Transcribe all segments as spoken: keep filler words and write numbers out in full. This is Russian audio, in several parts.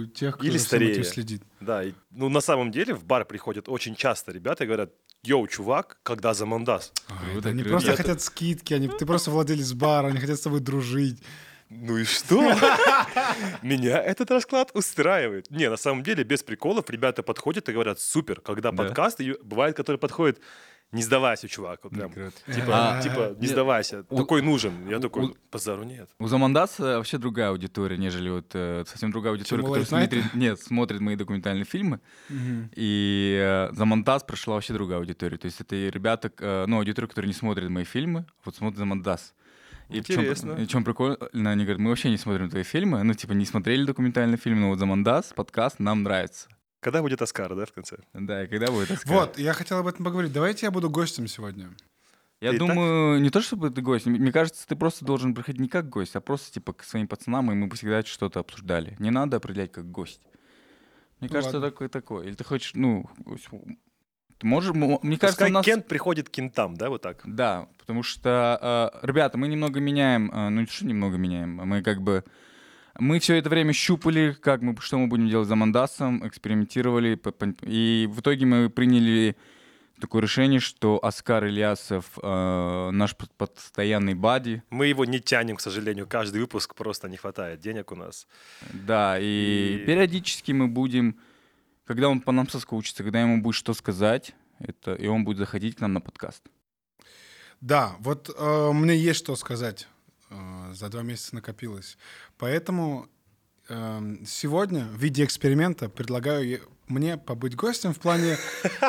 тех, кто Или за всем этим старее. следит. Да, и, ну на самом деле в бар приходят очень часто ребята и говорят: йоу, чувак, когда за мандас? Ай, Круто, да они круто. просто Я хотят скидки, они, ты просто владелец бара, они хотят с тобой дружить. Ну и что? Меня этот расклад устраивает. Не, на самом деле, без приколов, ребята подходят и говорят: супер, когда Да. подкаст, и бывает, который подходит: не сдавайся, чувак, вот прям. Круто. Типа, А, типа, не нет, сдавайся, у- такой нужен. Я у- такой: у- базару нет. У Замандаса вообще другая аудитория, нежели вот э, совсем другая аудитория, Чем у которая Late Night? смотрит, нет, смотрит мои документальные фильмы. Мгм. И э, Замандас прошла вообще другая аудитория. То есть это и ребята, э, ну, аудитория, которые не смотрят мои фильмы, вот смотрят Замандас. И в чем, Интересно. и в чем прикольно, они говорят: мы вообще не смотрим твои фильмы, ну, типа, не смотрели документальный фильм, но вот Замандас, подкаст нам нравится. Когда будет Оскар, да, в конце? Да, и когда будет Оскар? Вот, я хотел об этом поговорить. Давайте я буду гостем сегодня. Я Итак? думаю, не то чтобы ты гость, мне кажется, ты просто должен приходить не как гость, а просто типа к своим пацанам, и мы бы всегда что-то обсуждали. Не надо определять как гость. Мне Ну кажется, ладно. такой такой. Или ты хочешь, ну, ты можешь, м- мне кажется, Пускай у нас... Кент приходит к кентам, да, вот так? Да, потому что, э, ребята, мы немного меняем, э, ну что немного меняем, мы как бы, мы все это время щупали, как мы, что мы будем делать за Мандасом, экспериментировали, п- п- и в итоге мы приняли такое решение, что Оскар Ильясов э, наш п- постоянный бадди, Мы его не тянем, к сожалению, каждый выпуск, просто не хватает денег у нас. да, и, И- периодически мы будем, когда он по нам соскучится, когда ему будет что сказать, это, и он будет заходить к нам на подкаст. Да, вот э, мне есть что сказать. Э, за два месяца накопилось. Поэтому э, сегодня в виде эксперимента предлагаю е- мне побыть гостем в плане...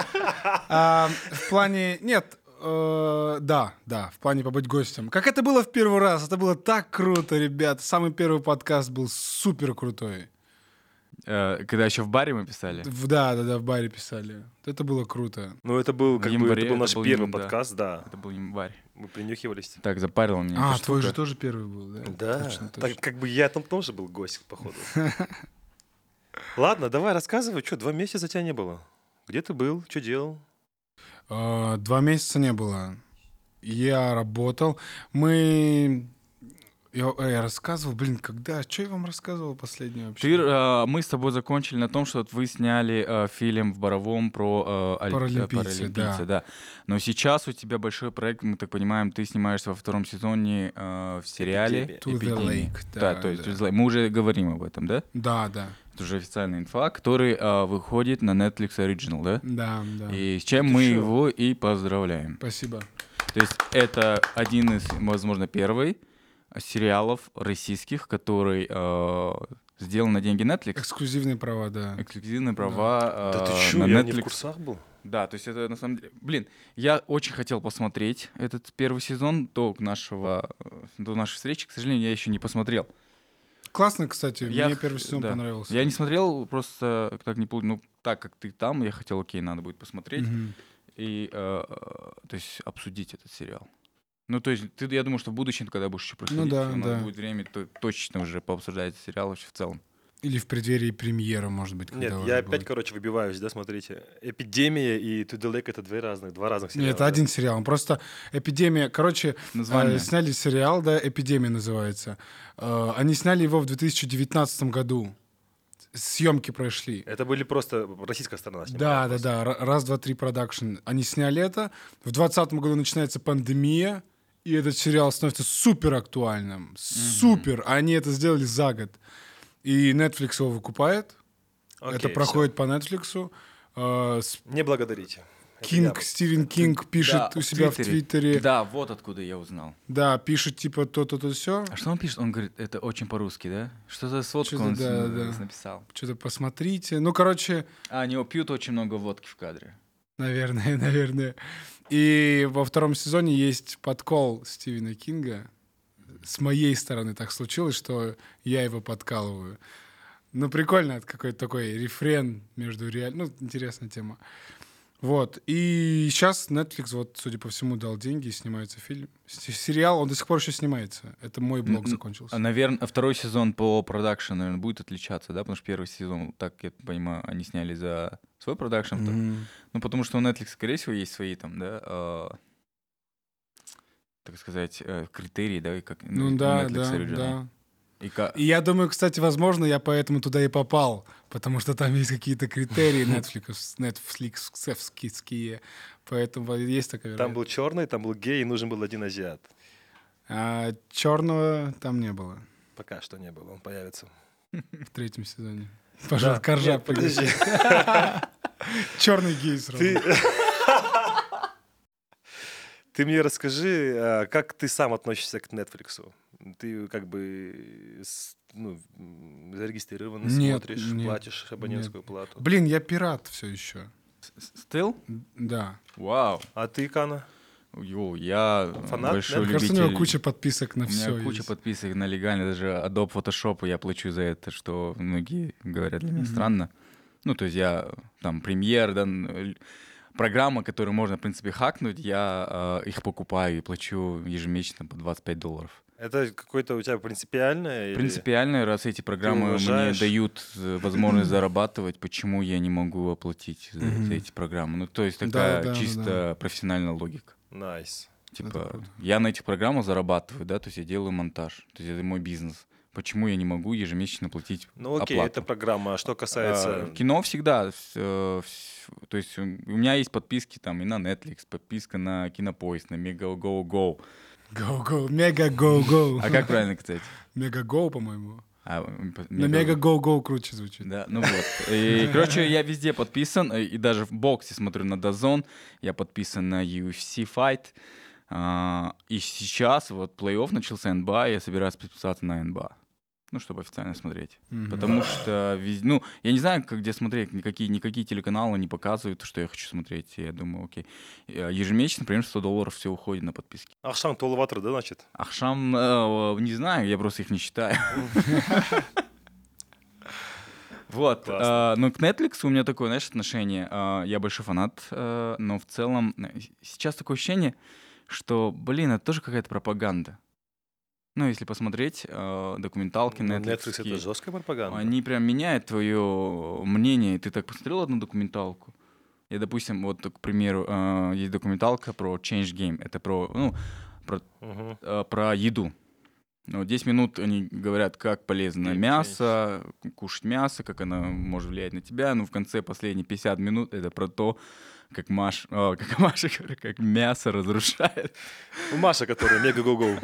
а, В плане... Нет, э, да, да, в плане побыть гостем. Как это было в первый раз. Это было так круто, ребят. Самый первый подкаст был супер крутой. Э, когда еще в баре мы писали. В- Да, да, да, в баре писали. Это было круто. Ну, это был, В как бы, январе это был это наш был первый январь, да. подкаст, да. Это был январь. Мы принюхивались. Так, запарил меня. А, эта твой же штука. тоже первый был, да? Да, Точно, так точно. как бы я там тоже был гость, походу. Ладно, давай рассказывай, что, два месяца тебя не было? Где ты был, что делал? А, Два месяца не было. Я работал. Мы... Я, э, я рассказывал, блин, когда? Что я вам рассказывал последнее вообще? Ты, э, мы с тобой закончили на том, что вот вы сняли э, фильм в Боровом про э, аль- Паралимпийцы, паралимпийцы, да. да. Но сейчас у тебя большой проект, мы так понимаем, ты снимаешься во втором сезоне э, в сериале Эпидемия. To the «Эпидемия». Lake, Да, да, то есть да. To the Lake. Мы уже говорим об этом, да? Да, да. Это уже официальная инфа, который э, выходит на Netflix Original, да? Да, да. И с чем Это мы чё? его и поздравляем. Спасибо. То есть это один из, возможно, первый сериалов российских, который э, сделан на деньги Netflix. Эксклюзивные права, да. Эксклюзивные права Да ты э, чё, на я не в Netflix. курсах был? Да, то есть это на самом деле... Блин, я очень хотел посмотреть этот первый сезон до нашего, э, до нашей встречи. К сожалению, я еще не посмотрел. Классно, кстати. Я Мне х- первый сезон да. понравился. Я не смотрел, просто так не получилось. Ну, так как ты там, я хотел, окей, надо будет посмотреть. Мгм. И, э, э, то есть, обсудить этот сериал. Ну, то есть, ты, я думаю, что в будущем, когда будешь еще проходить, да, у нас да. будет время то- точно уже пообсуждать этот сериал вообще в целом. Или в преддверии премьеры, может быть, когда Нет, уже я будет. опять, короче, выбиваюсь, да, смотрите. «Эпидемия» и «To the Lake» — это две разных, два разных сериала. Нет, это да. один сериал. Он просто «Эпидемия». Короче, Название. э, сняли сериал, да, «Эпидемия» называется. Э, они сняли его в две тысячи девятнадцатом году. Съемки прошли. Это были просто российская сторона Да, снимала да, просто. да. Р- Раз, два, три продакшн. Они сняли это. В двадцатом году начинается пандемия, и этот сериал становится супер актуальным. Супер. Они это сделали за год. И Netflix его выкупает. Окей, это всё. проходит по Netflix. Э, с- Не благодарите. Это я Кинг, был. Стивен Кинг пишет Да, у себя в Твиттере. Да, вот откуда я узнал. Да, пишет типа то-то, то все. А что он пишет? Он говорит, это очень по-русски, да? Что за сводку Что-то он да, с- да. написал? Что-то посмотрите. Ну, короче, А, они пьют очень много водки в кадре. наверное, наверное. И во втором сезоне есть подкол Стивена Кинга. С моей стороны так случилось, что я его подкалываю. Ну, прикольно, это какой-то такой рефрен между реальным... Ну, интересная тема. Вот. И сейчас Netflix, вот, судя по всему, дал деньги, и снимается фильм. С- Сериал, он до сих пор еще снимается. Это мой блог Н- закончился. Наверное, второй сезон по продакшену, наверное, будет отличаться, да? Потому что первый сезон, так я понимаю, они сняли за свой продакшн. то- Мгм. Ну, потому что у Netflix, скорее всего, есть свои там, да, э, так сказать, э, критерии, да, и как Ну у да, Netflix да, Original. да. И ка- И я думаю, кстати, возможно, я поэтому туда и попал, потому что там есть какие-то критерии Netflix, Netflix, поэтому есть такая Там вероятность. был черный, там был гей, и нужен был один азиат. А черного там не было Пока что не было, он появится. в третьем сезоне. Пожалуйста, Да. Коржа, Нет, подожди. Черный гей сразу. Ты... Ты мне расскажи, а, как ты сам относишься к Netflix? Ты как бы с- ну, м, зарегистрирован, Нет, смотришь, нет, платишь абонентскую плату. Блин, я пират все еще. Still? Да. Вау. А ты, Кана? Йоу, я Фанат большой Netflix? Кажется, у любитель. него куча подписок на У меня все. куча подписок на легально, даже Adobe Photoshop я плачу за это, что многие говорят для меня странно. Ну, то есть я там премьер, да, н- программы, которые можно, в принципе, хакнуть, я э, их покупаю и плачу ежемесячно по двадцать пять долларов. Это какое-то у тебя принципиальное? или- Принципиально, раз эти программы мне уважаешь? дают э, возможность зарабатывать, почему я не могу оплатить за, за эти программы? Ну, то есть Да, такая да, да, чисто профессиональная логика. Найс. Типа, круто. я на этих программах зарабатываю, да, то есть я делаю монтаж, то есть это мой бизнес. Почему я не могу ежемесячно платить Ну окей, оплату? это программа. А что касается... А, кино всегда, с- э, вс- то есть у у меня есть подписки там и на Netflix, подписка на Кинопоиск, на Мегаго-Го. Go-go, мега-go-go. А как правильно, кстати? Мега-go, по-моему. А, м, по- На Мега- мега-go-go круче звучит. Да, ну вот. И, короче, я везде подписан, э, и даже в боксе смотрю на дазон, я подписан на ю эф си Fight. А, и сейчас вот плей-офф начался эн би эй, я собираюсь подписаться на эн би эй. Ну, чтобы официально смотреть. Мгм. Потому что, вез- ну, я не знаю, как где смотреть, никакие, никакие телеканалы не показывают, что я хочу смотреть. И я думаю, окей. Э, Ежемесячно, например, сто долларов все уходит на подписки. Ахшам Толватр, да, значит? Ахшам, э, не знаю, я просто их не считаю. Вот. Классно. э, Но к Netflix у меня такое, знаешь, отношение. э, Я большой фанат, э, но в целом э, с- сейчас такое ощущение, что, блин, это тоже какая-то пропаганда. Ну, если посмотреть э, документалки Ну, Netflix, Netflix — это жесткая пропаганда. они прям меняют твое мнение. Ты так посмотрел одну документалку? Я, допустим, вот, к примеру, э, есть документалка про Change Game. Это про, ну, про, Мгм. э, про еду. Ну, десять минут они говорят, как полезно Game мясо, к- кушать мясо, как оно может влиять на тебя. Ну, в конце последние пятьдесят минут это про то, как Маш, о, как Маша, говорю, как мясо разрушает. Ну, Маша, которая мега-го-го.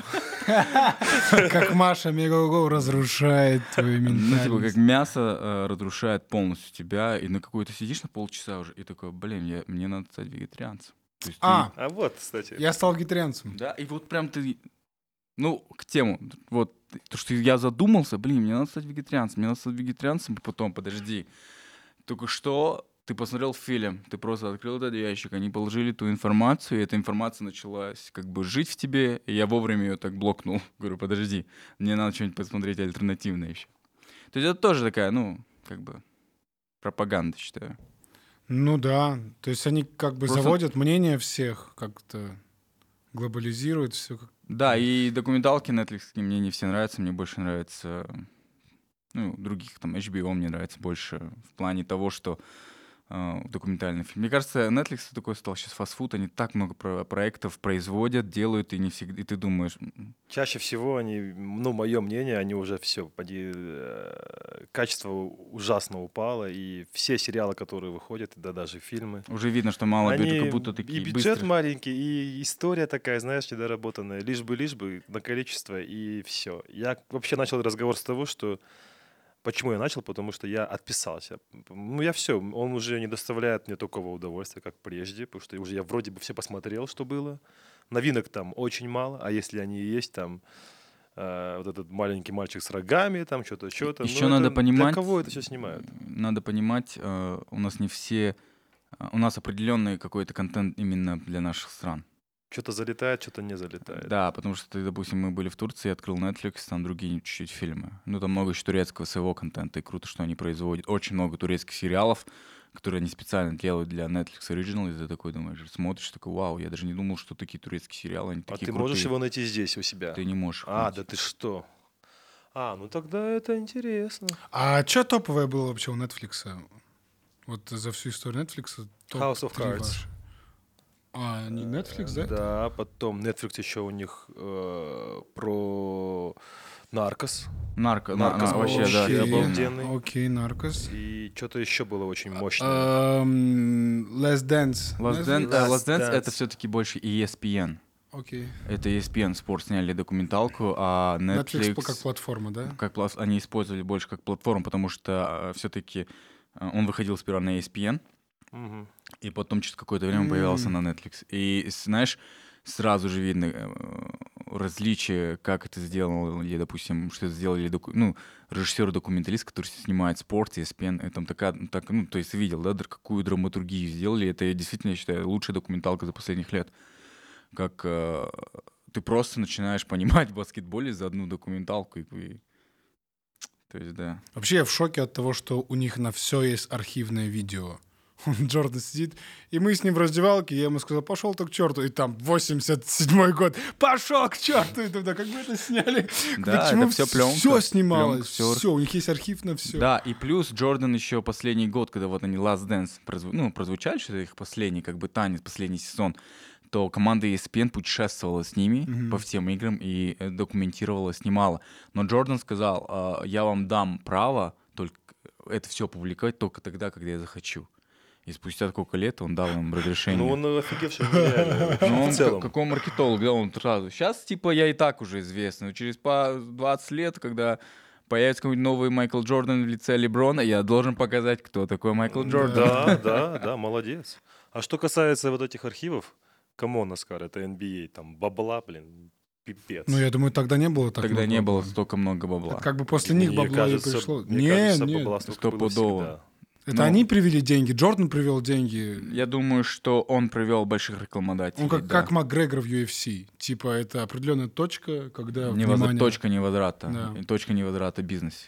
Как Маша мега-go разрушает твою Ну, типа, как ментальность. мясо э, разрушает полностью тебя, и на какой-то сидишь на полчаса уже, и такой, блин, я, мне надо стать вегетарианцем. То есть ты- А, А вот, кстати. я стал вегетарианцем. Да, и вот прям ты, ну, к тему, вот, то, что я задумался, блин, мне надо стать вегетарианцем, мне надо стать вегетарианцем, потом, подожди, только что ты посмотрел фильм, ты просто открыл этот ящик, они положили ту информацию, и эта информация началась как бы жить в тебе, и я вовремя ее так блокнул. Говорю, подожди, мне надо что-нибудь посмотреть альтернативное еще. То есть это тоже такая, ну, как бы пропаганда, считаю. Ну да, то есть они как бы Просто- заводят мнение всех, как-то глобализируют все. Да, и документалки Netflix мне не все нравятся, мне больше нравятся, ну, других, там, эйч би о мне нравится больше в плане того, что э, документальный фильм. Мне кажется, Netflix такой стал сейчас фастфуд, они так много про- проектов производят, делают, и не всегда, и ты думаешь, м, Чаще всего они, ну, мое мнение, они уже все, поди, э, качество ужасно упало, и все сериалы, которые выходят, да даже фильмы, уже видно, что мало они бюджета, как будто такие и бюджет быстрые. маленький, и история такая, знаешь, недоработанная, лишь бы, лишь бы на количество, и все. Я вообще начал разговор с того, что почему я начал, потому что я отписался. Ну, я все, он уже не доставляет мне такого удовольствия, как прежде, потому что уже я вроде бы все посмотрел, что было. Новинок там очень мало, а если они и есть, там э, вот этот маленький мальчик с рогами, там что-то, что-то. Еще ну, надо это понимать, Для кого это все снимают? надо понимать, э, у нас не все, э, у нас определенный какой-то контент именно для наших стран. Что-то залетает, что-то не залетает. Да, потому что, ты, допустим, мы были в Турции, открыл Netflix, там другие чуть-чуть фильмы. Ну, там много еще турецкого своего контента, и круто, что они производят. Очень много турецких сериалов, которые они специально делают для Netflix Original, и ты такой думаешь, смотришь, такой, вау, я даже не думал, что такие турецкие сериалы, они А такие ты можешь крутые. его найти здесь, у себя? Ты не можешь. их А, найти. да ты что? А, ну тогда это интересно. А что топовое было вообще у Netflix? Вот за всю историю Netflix топ House of три Cards. ваши. А, не Netflix, да? это? Да, потом Netflix еще у них э, про Наркос. Нарко, на- Наркос на- был вообще, да. вообще офигенно. обалденный. Окей, Наркос. И что-то еще было очень мощное. Эм, Last Dance. Last Dance, э, Last Last Dance Dance. это все-таки больше и эс пи эн. Окей. Это и эс пи эн Sport сняли документалку, а Netflix... Netflix как платформа, да? как пла- они использовали больше как платформу, потому что все-таки он выходил сперва на и эс пи эн, Мгм. и потом через какое-то время появился М. на Netflix. И с- знаешь, сразу же видно э, различие, как это сделали, допустим, что это сделали доку- ну, режиссер-документалист, который снимает спорт, и эс пи эн, и там такая, ну, так, ну, то есть видел, да, др- какую драматургию сделали. Это я действительно я считаю лучшая документалка за последних лет. Как э, ты просто начинаешь понимать в баскетболе за одну документалку. И, и- то есть, да. Вообще я в шоке от того, что у них на все есть архивное видео. Джордан сидит, и мы с ним в раздевалке, я ему сказал, пошел ты к черту, и там восемьдесят седьмой год, пошел к черту, и тогда как бы это сняли. Да, Почему это всё пленка, все снималось, пленка, всё. все, у них есть архив на все. Да, и плюс Джордан еще последний год, когда вот они Last Dance прозву- ну, прозвучали, что это их последний как бы танец, последний сезон, то команда и эс пи эн путешествовала с ними Мгм. по всем играм и э, документировала, снимала. Но Джордан сказал, «А, я вам дам право только это все публиковать только тогда, когда я захочу. И спустя сколько лет он дал им разрешение. Ну, он офигевший нереально вообще, Ну, он в как, целом. как он маркетолог, да, он сразу. Сейчас, типа, я и так уже известный. Но через по двадцать лет, когда появится какой-нибудь новый Майкл Джордан в лице Леброна, я должен показать, кто такой Майкл Джордан. Да, да, да, молодец. А что касается вот этих архивов, камон, Оскар, это эн би эй, там бабла, блин, пипец. Ну, я думаю, тогда не было так Тогда много не было бабла. столько много бабла. Это как бы после них Мне бабло кажется, и пришло. Мне Не, кажется, не. бабла столько было стопудово. всегда. Это Ну. они привели деньги, Джордан привел деньги. Я думаю, что он привел больших рекламодателей. Он как, да. как Макгрегор в ю эф си. Типа, это определенная точка, когда Невозра- внимание... Точка невозврата. Да. И точка невозврата в бизнесе.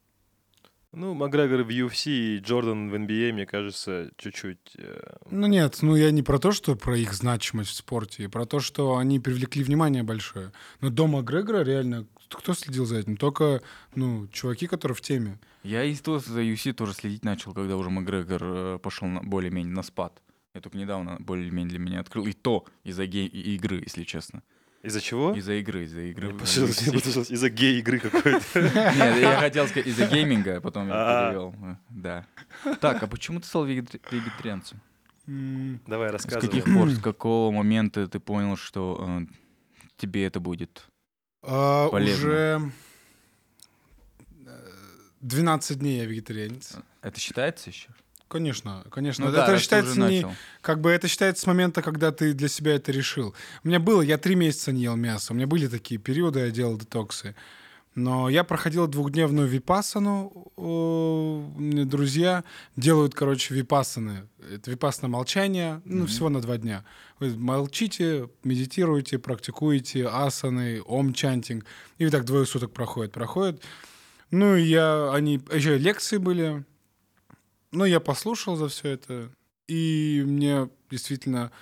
Ну, Макгрегор в ю эф си и Джордан в эн би эй, мне кажется, чуть-чуть... э, Ну нет, ну я не про то, что про их значимость в спорте, а про то, что они привлекли внимание большое. Но до Макгрегора реально, кто следил за этим? Только, ну, чуваки, которые в теме. Я и то за ю эф си тоже следить начал, когда уже Макгрегор э, пошел на, более-менее на спад. Я только недавно более-менее для меня открыл. И то из-за гей- и- игры, если честно. Из-за чего? Из-за игры, из-за игры. Мне в послышалось- ю эф мне си. послышалось, из-за гей-игры какой-то. Нет, я хотел сказать из-за гейминга, а потом я А. перевел. Э, Да. Так, а почему ты стал вегетари- вегетарианцем? М, Давай, С рассказывай. каких пор, с какого момента ты понял, что э, тебе это будет? а, Полезно. Уже э, двенадцать дней я вегетарианец. Это считается еще? Конечно, конечно. Ну это да, раз ты считается уже не... начал. Как бы это считается с момента, когда ты для себя это решил. У меня было, я три месяца не ел мясо. У меня были такие периоды, я делал детоксы. Но я проходил двухдневную випассану. О, у меня друзья делают, короче, випассаны. Это випассана молчание, ну, Мгм. всего на два дня. Вы молчите, медитируете, практикуете асаны, ом-чантинг. И вот так двое суток проходит, проходит. Ну, и я, они, еще лекции были. Ну, я послушал за все это, и мне действительно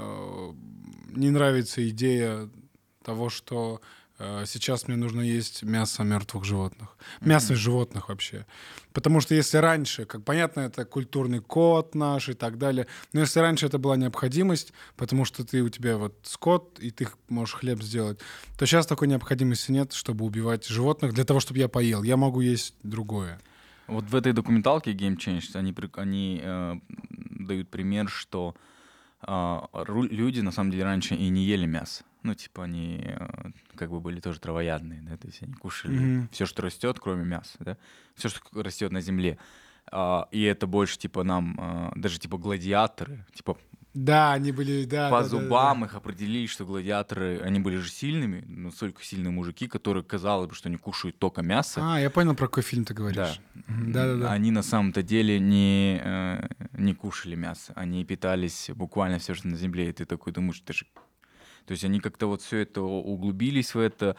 э, не нравится идея того, что э, сейчас мне нужно есть мясо мертвых животных. Мясо Мгм. животных вообще. Потому что если раньше, как понятно, это культурный код наш и так далее, но если раньше это была необходимость, потому что ты у тебя вот скот, и ты можешь хлеб сделать, то сейчас такой необходимости нет, чтобы убивать животных для того, чтобы я поел. Я могу есть другое. Вот в этой документалке Game Changed они, при- они э, дают пример, что э, ру- люди на самом деле раньше и не ели мясо. Ну, типа они э, как бы были тоже травоядные, да, то есть они кушали Мгм. все, что растет, кроме мяса, да, все, что растет на земле. А, и это больше типа нам, э, даже типа гладиаторы, типа Да, они были, да. по да, да, зубам да. их определили, что гладиаторы, они были же сильными, настолько сильные мужики, которые казалось бы, что они кушают только мясо. А, я понял, про какой фильм ты говоришь. Мгм, Да-да-да. Они на самом-то деле не, э, не кушали мясо. Они питались буквально все, что на земле. И ты такой думаешь, это же... То есть они как-то вот все это углубились в это.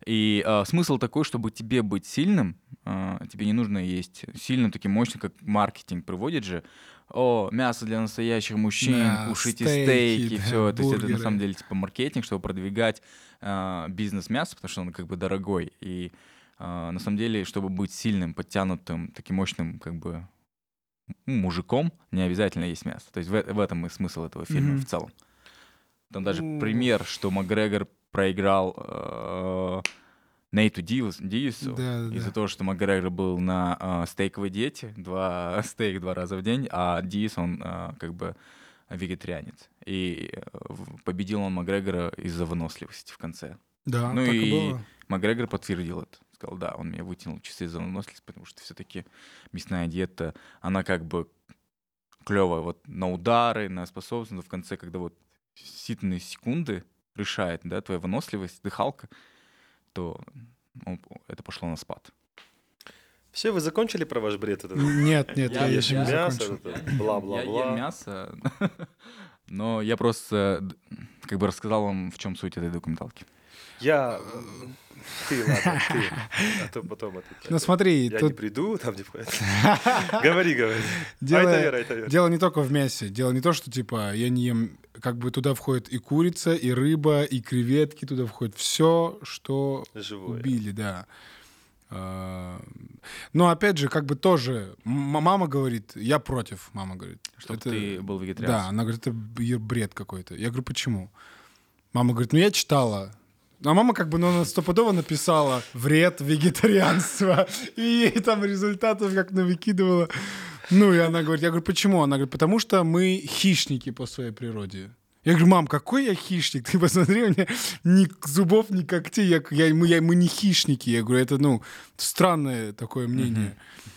И э, смысл такой, чтобы тебе быть сильным, э, тебе не нужно есть сильным, таким мощным, как маркетинг приводит же. О, мясо для настоящих мужчин, Да, кушайте стейки, стейки, да, все. То есть это на бургеры. самом деле типа маркетинг, чтобы продвигать э, бизнес мяса, потому что он как бы дорогой. И э, на самом деле, чтобы быть сильным, подтянутым, таким мощным, как бы ну, мужиком, не обязательно есть мясо. То есть в, в этом и смысл этого фильма Мгм. в целом. Там даже Ну. пример, что Макгрегор проиграл э, Нейту Диас, Диасу Да, да, из-за да. того, что Макгрегор был на а, стейковой диете, два стейк два раза в день, а Диас, он а, как бы вегетарианец. И э, в- победил он Макгрегора из-за выносливости в конце. Да, Ну так и и было. Макгрегор подтвердил это. Сказал, да, он меня вытянул чисто из-за выносливости, потому что все-таки мясная диета, она как бы клевая вот на удары, на способность, но в конце, когда вот считанные секунды решает, да, твоя выносливость, дыхалка, то он- это пошло на спад. Все, вы закончили про ваш бред этот? Нет, нет, я, Я еще не ем мясо, закончил. это Я бла-бла-бла. ем мясо, но я просто д- как бы рассказал вам, в чем суть этой документалки. Я... Ты, ладно, ты. А то потом это... Ну смотри, Я не тут приду, там не... Говори, говори. дело, Айта вера, айта вера. дело не только в мясе. Дело не то, что типа я не ем, как бы туда входит и курица, и рыба, и креветки, туда входит все, что Живое. убили, да. А, Но опять же, как бы тоже м- мама говорит, я против, мама говорит. Чтобы это- ты был Да, вегетарианцем. она говорит, это б- бред какой-то. Я говорю, почему? Мама говорит, ну я читала. А мама как бы ну, она стопудово написала вред вегетарианства. И ей там результатов как навыкидывала. Ну и она говорит, я говорю, почему? Она говорит, потому что мы хищники по своей природе. Я говорю, мам, какой я хищник? Ты посмотри, у меня ни зубов, ни когтей. Я, я, мы, я- мы не хищники. Я говорю, это, ну, странное такое мнение.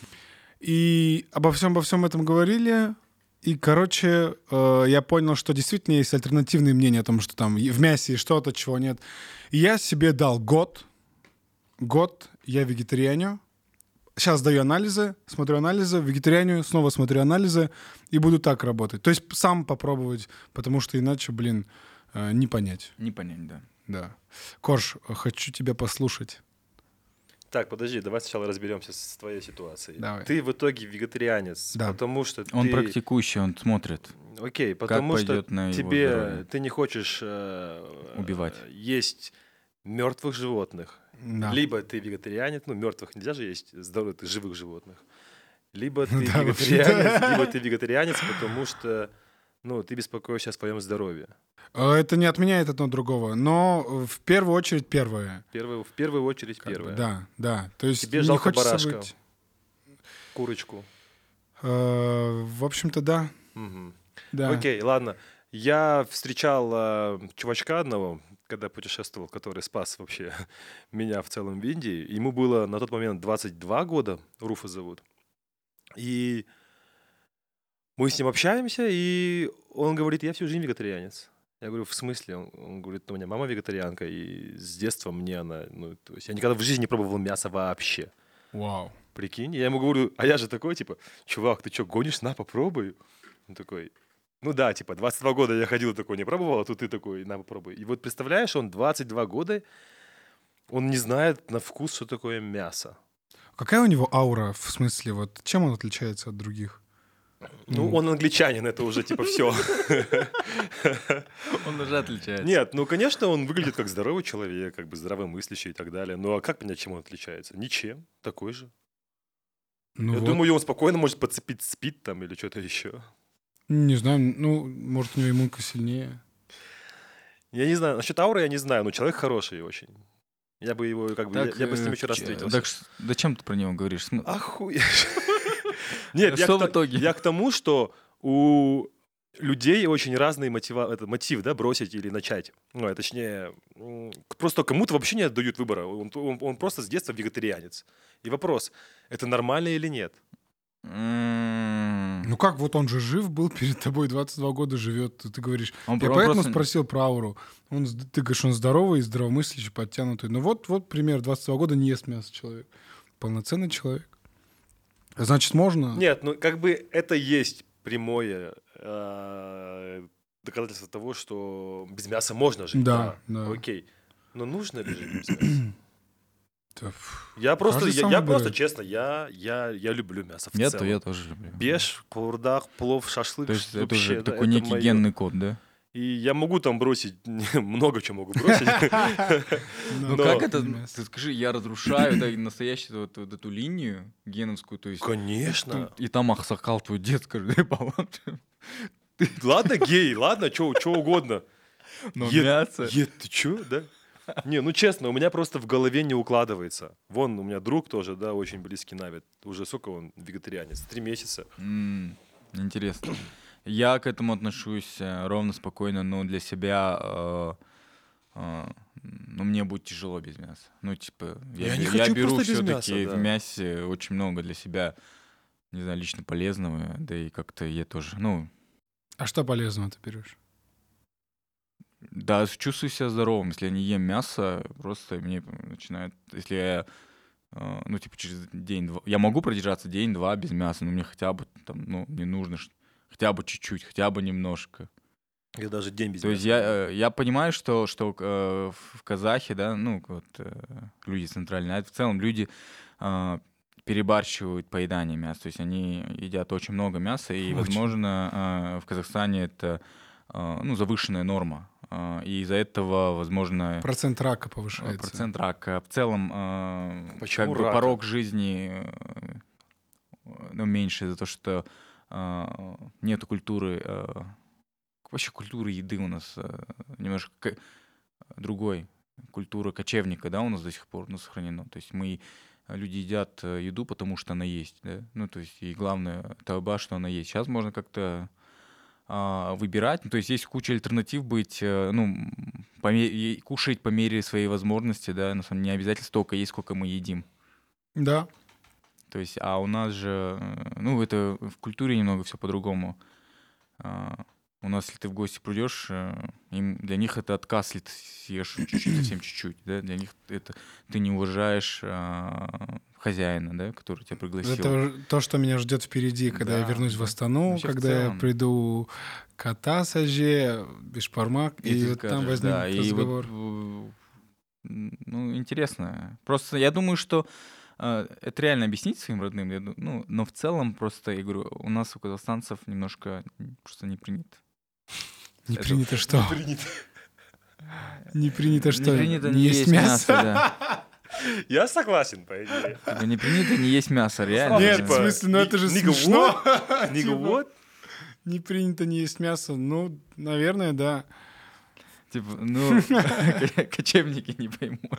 И обо всем, обо всем этом говорили. И, короче, э, я понял, что действительно есть альтернативные мнения о том, что там в мясе что-то, чего нет. И я себе дал год. Год я вегетарианю. Сейчас даю анализы, смотрю анализы, вегетарианю, снова смотрю анализы и буду так работать. То есть сам попробовать, потому что иначе, блин, э, не понять. Не понять, да. Да. Корж, хочу тебя послушать. Так, подожди, давай сначала разберемся с твоей ситуацией. Давай. Ты в итоге вегетарианец, Да. потому что Он ты... практикующий, он смотрит. Окей, потому что пойдет на его тебе здоровье. ты не хочешь э, Убивать. э, есть мертвых животных. Да. Либо ты вегетарианец, ну мертвых нельзя же есть здоровых живых животных. Либо ты Да, вегетарианец, вообще-то. либо ты вегетарианец, потому что ну ты беспокоишься о своем здоровье. Э, Это не отменяет одно другого, но в первую очередь первое. Первое, в первую очередь Как бы, первое. Да, да. То есть Тебе не жалко хочется барашка. быть- Курочку. Э, В общем-то, да. Мгм. Да. Окей, ладно. Я встречал э, чувачка одного, когда путешествовал, который спас вообще меня в целом в Индии. Ему было на тот момент двадцать два года, Руфа зовут. И мы с ним общаемся, и он говорит, я всю жизнь вегетарианец. Я говорю, в смысле? Он, он говорит, у меня мама вегетарианка, и с детства мне она... Ну, то есть я никогда в жизни не пробовал мясо вообще. Вау. Прикинь, я ему говорю, а я же такой, типа, чувак, ты что, гонишь, на, попробуй. Он такой, ну да, типа, двадцать два года я ходил такой, не пробовал, а тут ты такой, на, попробуй. И вот представляешь, он двадцать два года, он не знает на вкус, что такое мясо. Какая у него аура, в смысле, вот чем он отличается от других? Ну, Ну. он англичанин, это уже типа все. Он уже отличается. Нет, ну, конечно, он выглядит как здоровый человек, как бы здравомыслящий и так далее. Ну, а как понять, чем он отличается? Ничем, такой же. Ну Я вот. думаю, он спокойно может подцепить спид там или что-то еще. Не знаю, ну, может, у него иммунка сильнее. Я не знаю, насчет ауры я не знаю, но человек хороший очень. Я бы его, как бы, я, я бы с ним э, еще раз ч- встретился. Так ш- да чем ты про него говоришь? См- Охуеть. Нет, я Что к в то- итоге? я к тому, что у людей очень разный мотива, это, мотив, да, бросить или начать. Ну, а точнее, м, просто кому-то вообще не отдают выбора. Он, он- он просто с детства вегетарианец. И вопрос, это нормально или нет? М, Ну как, вот он же жив был, перед тобой двадцать два года живет, ты говоришь. Он Я про- он поэтому просто- спросил про ауру. Он, с- ты говоришь, он здоровый, здравомыслящий, подтянутый. Ну вот, вот пример, двадцать два года не ест мясо человек. Полноценный человек. Значит, можно? Нет, ну как бы это есть прямое э, доказательство того, что без мяса можно жить. Да, да. Окей. Но нужно ли жить без мяса? Да, фу. Я просто, Каждый я, сам я выбирает. просто честно, я, я, я люблю мясо в Я, то, целом. я тоже люблю. Беш, курдак, плов, шашлык. То есть это вообще, уже да, такой это некий моё. генный код, да? И я могу там бросить, много чего могу бросить. Ну Но- как это? Мясо. Ты скажи, я разрушаю да, настоящую вот, вот эту линию геновскую, то есть... Конечно. И там Ахсакал твой дед скажет, «Эй, Павел, Ладно, гей, ладно, что угодно. но Е- мясо... Е, ты чё, да? Не, ну честно, у меня просто в голове не укладывается. Вон у меня друг тоже, да, очень близкий Навид. Уже сколько он вегетарианец? Три месяца. М, Интересно. Я к этому отношусь э, ровно, спокойно, но для себя, э, э, ну, мне будет тяжело без мяса. Ну, типа, я, Я не бе- хочу я беру просто без все-таки мяса, в да. мясе очень много для себя, не знаю, лично полезного, да и как-то я тоже, ну, А что полезного ты берешь? да, чувствую себя здоровым. Если я не ем мясо, просто мне начинает, если я, э, ну, типа, через день-два, я могу продержаться день-два без мяса, но мне хотя бы, там, ну, мне нужно ш- хотя бы чуть-чуть, хотя бы немножко. Я даже день без То есть мяса я, не могу. э, я понимаю, что, что э, в в Казахе, да, ну, вот э, люди центральные, а в целом люди э, перебарщивают поедание мяса. То есть они едят очень много мяса, и, Очень. возможно, э, в Казахстане это э, ну, завышенная норма. Э, И из-за этого, возможно, Процент рака э, повышается. процент рака. В целом, э, как Почему бы рака? порог жизни э, ну, меньше из-за того, что э, нету культуры, э, вообще культуры еды у нас э, немножко к- другой. Культура кочевника, да, у нас до сих пор ну, сохранена. То есть мы, э, люди едят э, еду, потому что она есть, да. Ну, то есть и главное, толба, что она есть. Сейчас можно как-то а, выбирать. Ну, то есть есть куча альтернатив быть, э, ну, м, по ме- и кушать по мере своей возможности, да, на самом деле не обязательно столько есть, сколько мы едим. Да. То есть, а у нас же, э, ну, это в культуре немного все по-другому. А, У нас, если ты в гости придешь, э, им, для них это отказ, если ты съешь чуть-чуть, совсем чуть-чуть, да, для них это ты не уважаешь а, хозяина, да, который тебя пригласил. Это то, что меня ждет впереди, когда я Да, вернусь в да. Астану, Вообще в когда я целом. приду к Атасаже, Бишпармак, и, ты вот там скажешь, возникнет да, и вот, разговор. э, м, ну, интересно. Просто я думаю, что э, это реально объяснить своим родным, я ду- ну, но в целом просто, я говорю, у нас, у казахстанцев, немножко м, просто не принято. Не это- принято что? Принято. Не принято Не что? принято Не есть мясо? да. Я согласен, по идее. Типа, не принято не есть мясо, реально. сразу, Нет, типа, в смысле, ну это же Nigga, смешно. Nigga, Типа, what? не принято не есть мясо. Ну, наверное, да. Типа, ну, ко- кочевники не поймут.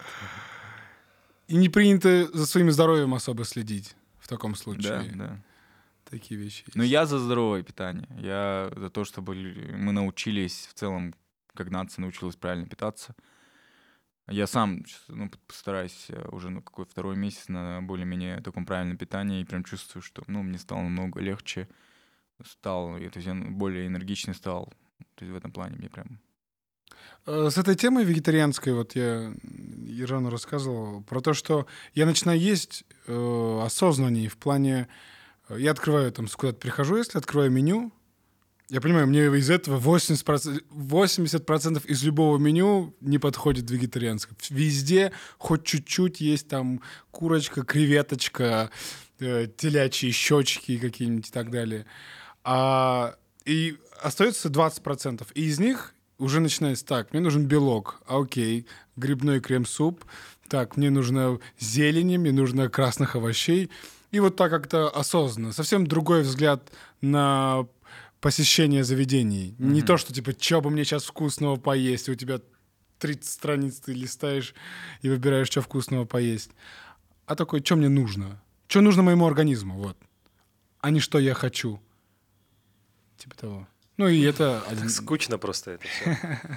И не принято за своим здоровьем особо следить в таком Да, случае. да. Такие вещи есть. Но я за здоровое питание. Я за то, чтобы лю- мы научились в целом, как нация научилась правильно питаться. Я сам щас, ну, п- стараюсь э, уже ну, какой второй месяц на более-менее таком правильном питании и прям чувствую, что ну, мне стало намного легче, стал, и, то есть я более энергичный стал. То есть в этом плане мне прям... Э, С этой темой вегетарианской, вот я Ирану рассказывал, про то, что я начинаю есть э, осознаннее в плане... э, Я открываю, там, куда-то прихожу, если открываю меню, я понимаю, мне из этого восемьдесят процентов, восемьдесят процентов из любого меню не подходит вегетарианское. Везде хоть чуть-чуть есть там курочка, креветочка, э, телячьи щечки какие-нибудь и так далее. А, и остается двадцать процентов. И из них уже начинается так, мне нужен белок, а, окей, грибной крем-суп, так, мне нужно зелени, мне нужно красных овощей. И вот так как-то осознанно. Совсем другой взгляд на посещение заведений. Не Мгм. то, что типа, что бы мне сейчас вкусного поесть, и у тебя тридцать страниц ты листаешь и выбираешь, что вкусного поесть. А такой, что мне нужно? Что нужно моему организму, вот. А не что я хочу. Типа того. Ну и это один... Так скучно просто это все.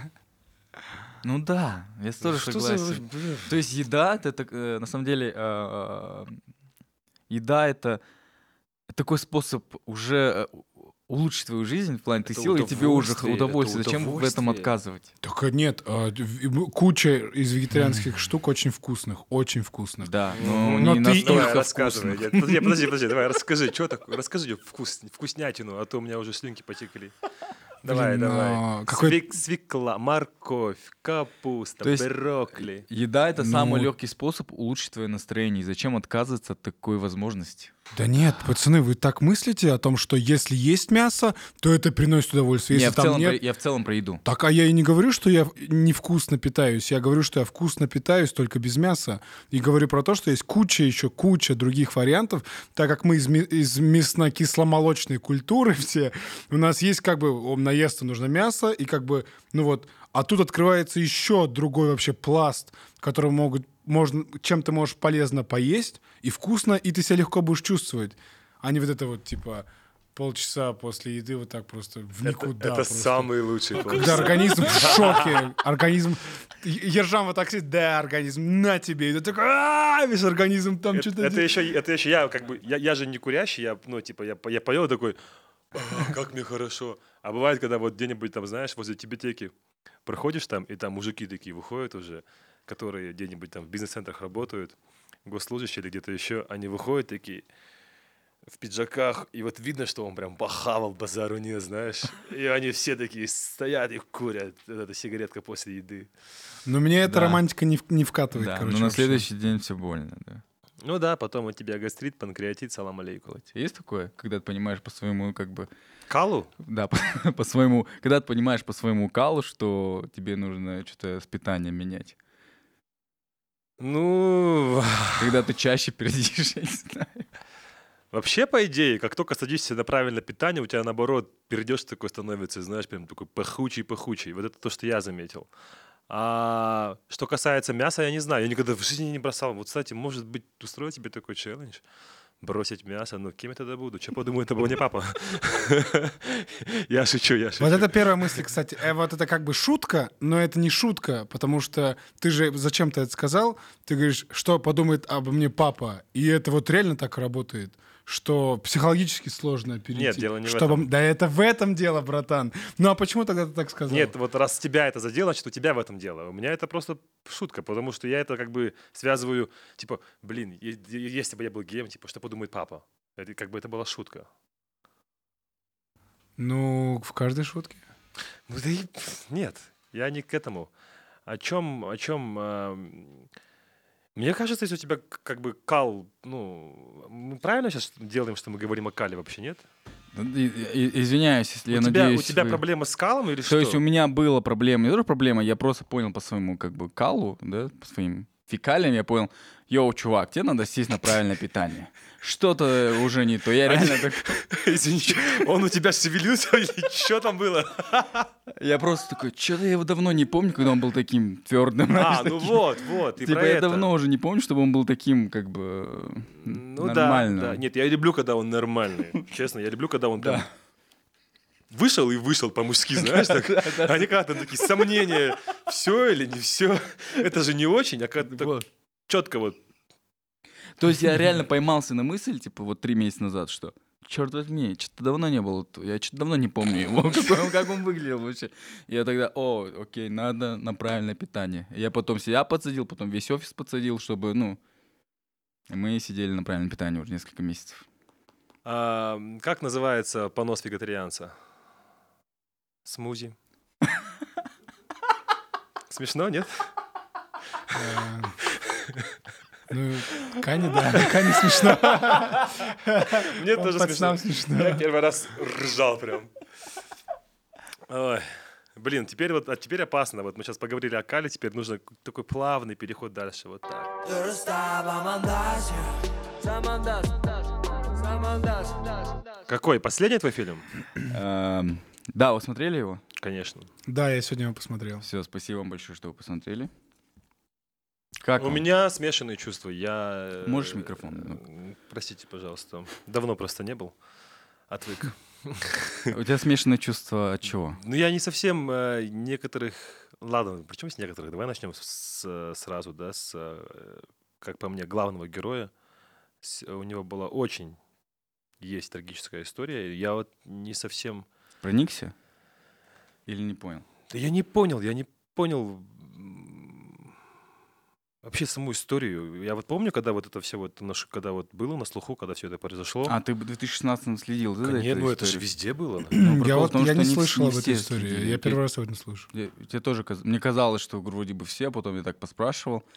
Ну да, я тоже Что за... согласен. То есть еда, это так, э, на самом деле, э, э, еда это такой способ уже э, улучшить твою жизнь в плане ты Это сил, и тебе уже х- удовольствие, это удовольствие. Зачем в этом удовольствие. отказывать? Так нет, а, в- куча из вегетарианских штук очень вкусных, очень вкусных. Да, Ну, но но не ты- Давай, настолько рассказывай. вкусных. Нет, Подожди, подожди, подожди, давай, расскажи, что такое, расскажи мне вкус, вкуснятину, а то у меня уже слюнки потекли. Давай, Блин, давай. а, какой- Свек- свекла, морковь, капуста, То есть- брокколи. Еда — это самый Ну- легкий способ улучшить твое настроение. И зачем отказываться от такой возможности? Да нет, пацаны, вы так мыслите о том, что если есть мясо, то это приносит удовольствие. Не, Если в там целом нет... про- я в целом про еду. Так, а я и не говорю, что я невкусно питаюсь. Я говорю, что я вкусно питаюсь, только без мяса. И говорю про то, что есть куча, еще куча других вариантов. Так как мы из, ми- из мясно-кисломолочной культуры все, у нас есть как бы, о, наесться нужно мясо, и как бы, ну вот, а тут открывается еще другой вообще пласт, который могут, можно, чем ты можешь полезно поесть, и вкусно, и ты себя легко будешь чувствовать. А не вот это вот, типа, полчаса после еды вот так просто в никуда. Это просто. самый лучший Когда полчаса. организм в шоке. Организм... Ержан вот так сидит, да, организм, на тебе. И ты такой, «А-а-а!» весь организм там Это, что-то... это еще, это еще я, как бы, я, я же не курящий, я, ну, типа, я, по- я поел и такой, «А, как мне хорошо. А бывает, когда вот где-нибудь там, знаешь, возле тибетеки проходишь там, и там мужики такие выходят уже, которые где-нибудь там в бизнес-центрах работают, госслужащие или где-то еще, они выходят такие в пиджаках, и вот видно, что он прям похавал, базару не, знаешь. И они все такие стоят и курят. Вот эта сигаретка после еды. Но мне эта Да. романтика не, в- не вкатывает, Да, короче. но на вообще. следующий день все больно, да. Ну да, потом у тебя гастрит, панкреатит, салам алейкум. Есть такое, когда ты понимаешь по своему, как бы, Калу? да, по, по своему, когда ты понимаешь по своему калу, что тебе нужно что-то с питанием менять. Ну, Когда ты чаще передишь, я не знаю. вообще, по идее, как только садишься на правильное питание, у тебя, наоборот, перейдешь такой становится, знаешь, прям такой пахучий-пахучий. Вот это то, что я заметил. А что касается мяса, я не знаю. Я никогда в жизни не бросал. Вот, кстати, может быть, устроить тебе такой челлендж? Бросить мясо. Ну, кем я тогда буду? Что подумает обо мне папа? Я шучу, я шучу. Вот это первая мысль, кстати. Э, вот это как бы шутка, но это не шутка, потому что ты же зачем ты это сказал? Ты говоришь, что подумает обо мне папа. И это вот реально так работает, что психологически сложно перейти. Нет, дело не в Чтобы- этом. Да это в этом дело, братан. Ну а почему тогда ты так сказал? Нет, вот раз тебя это задело, значит, у тебя в этом дело. У меня это просто шутка, потому что я это как бы связываю, типа, блин, е- е- если бы я был геем, типа, что подумает папа? Это как бы это была шутка. Ну, в каждой шутке. Ну да и пф, нет, я не к этому. О чем, о чем... эм, Мне кажется, если у тебя к- как бы кал, ну, мы правильно сейчас делаем, что мы говорим о кале вообще, нет? И- и- Извиняюсь, если я у, тебя, надеюсь... у тебя вы- проблема с калом или То что? есть у меня была проблема, не тоже проблема, я просто понял по своему как бы калу, да, по своим фекалиям, я понял, йоу, чувак, тебе надо сесть на правильное питание. Что-то уже не то. Я реально так... Извини, он у тебя шевелился или что там было? Я просто такой, что-то я его давно не помню, когда он был таким твердым. А, ну вот, вот, и Типа про я это. давно уже не помню, чтобы он был таким, как бы, Ну нормальным. да, да. Нет, я люблю, когда он нормальный. Честно, я люблю, когда он прям Да. вышел и вышел по-мужски, знаешь, так. А не когда там такие сомнения, все или не все. Это же не очень, а когда так Вот. четко вот. То есть я реально поймался на мысль, типа, вот три месяца назад, что, черт возьми, что-то давно не было, тут, я что-то давно не помню его, какой он- как он выглядел вообще. Я тогда, о, окей, надо на правильное питание. Я потом себя подсадил, потом весь офис подсадил, чтобы, ну, мы сидели на правильном питании уже несколько месяцев. А, как называется понос вегетарианца? Смузи. Смешно, нет? Э, Ну, Кани, да. Кани смешно. Мне тоже Пацанам смешно. смешно. Я первый раз ржал прям. Ой. Блин, теперь вот, а теперь опасно. Вот мы сейчас поговорили о кале, теперь нужно такой плавный переход дальше. Вот так. Какой? Последний твой фильм? Эм, Да, вы смотрели его? Конечно. Да, я сегодня его посмотрел. Все, спасибо вам большое, что вы посмотрели. Как У вам? меня смешанные чувства. Я... э, Можешь микрофон? м, Простите, пожалуйста. Давно просто не был. Отвык. У тебя смешанное чувство от чего? Ну, я не совсем э, некоторых... Ладно, причем с некоторых? Давай начнем с, сразу, да, с, э, как по мне, главного героя. С- у него была очень... Есть трагическая история. и Я вот не совсем... Проникся? Или не понял? Да я не понял, я не понял м, вообще саму историю. Я вот помню, когда вот это все вот, наш- когда вот было на слуху, когда все это произошло. А, ты в две тысячи шестнадцатом следил, да? за Конечно, этой ну это же историей? везде было. Ну, Я прикол в вот том, я что не не вс- слышал не об этой все истории. следили. Я Окей. первый раз сегодня слышу. Я- тебе тоже каз- мне казалось, что вроде бы все, потом я так поспрашивал,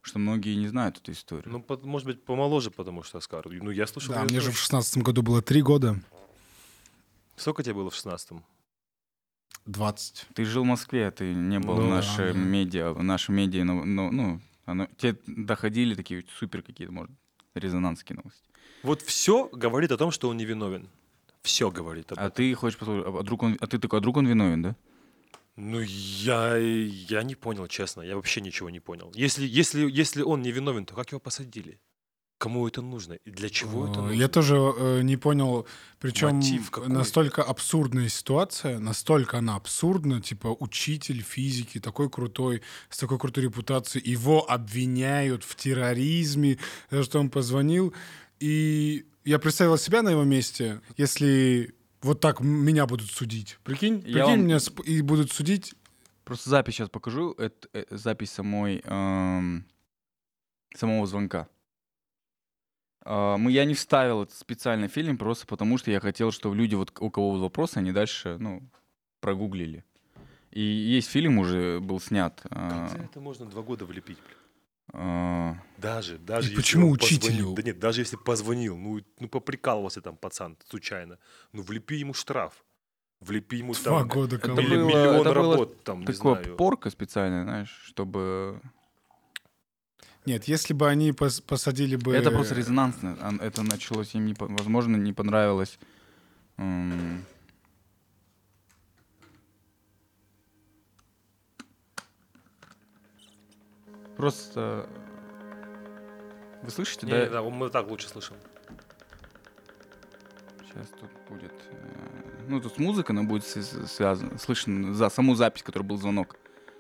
что многие не знают эту историю. Ну, под- может быть, помоложе, потому что Оскар. Ну, я слышал. Да, её мне же тоже. в шестнадцатом году было три года. Сколько тебе было в шестнадцатом? двадцать. Ты жил в Москве, ты не был Ну, в да, нашей да. медиа, в нашей медиа, ну, ну, ну, оно, тебе доходили такие супер какие-то, может, резонансские новости. Вот все говорит о том, что он невиновен. Все говорит об А этом. ты хочешь послушать, а вдруг он, а ты такой, а вдруг он виновен, да? Ну, я, я не понял, честно. Я вообще ничего не понял. Если, если, если он не виновен, то как его посадили? Кому это нужно? И для чего это Э, нужно? Я тоже э, не понял, причем Мотив какой? настолько абсурдная ситуация, настолько она абсурдна, типа учитель физики, такой крутой, с такой крутой репутацией, его обвиняют в терроризме, за что он позвонил, и я представил себя на его месте, если вот так м- меня будут судить. Прикинь, Я прикинь, вам- меня сп- и будут судить. Просто запись сейчас покажу, это э, запись самой, эм, самого звонка. А, мы, я не вставил этот специальный фильм просто потому, что я хотел, чтобы люди, вот у кого будут вопросы, они дальше, ну, прогуглили. И есть фильм уже был снят. а, Как за это можно два года влепить? блин? а, Даже, даже И если почему он учителю? позвонил- Да нет, даже если позвонил, ну, ну поприкалывался там пацан случайно, ну влепи ему штраф. Влепи ему Два там года это колонии. милли- было- миллион это было работ, там, не такое знаю. порка специальная, знаешь, чтобы... Нет, если бы они пос- посадили бы... Это просто резонансно. ан- Это началось им, не по- возможно, не понравилось. м, Просто... Вы слышите, Не, да? не, да, мы так лучше слышим. Сейчас тут будет... э, Ну, тут музыка, она будет с- связана. Слышно за саму запись, который был звонок.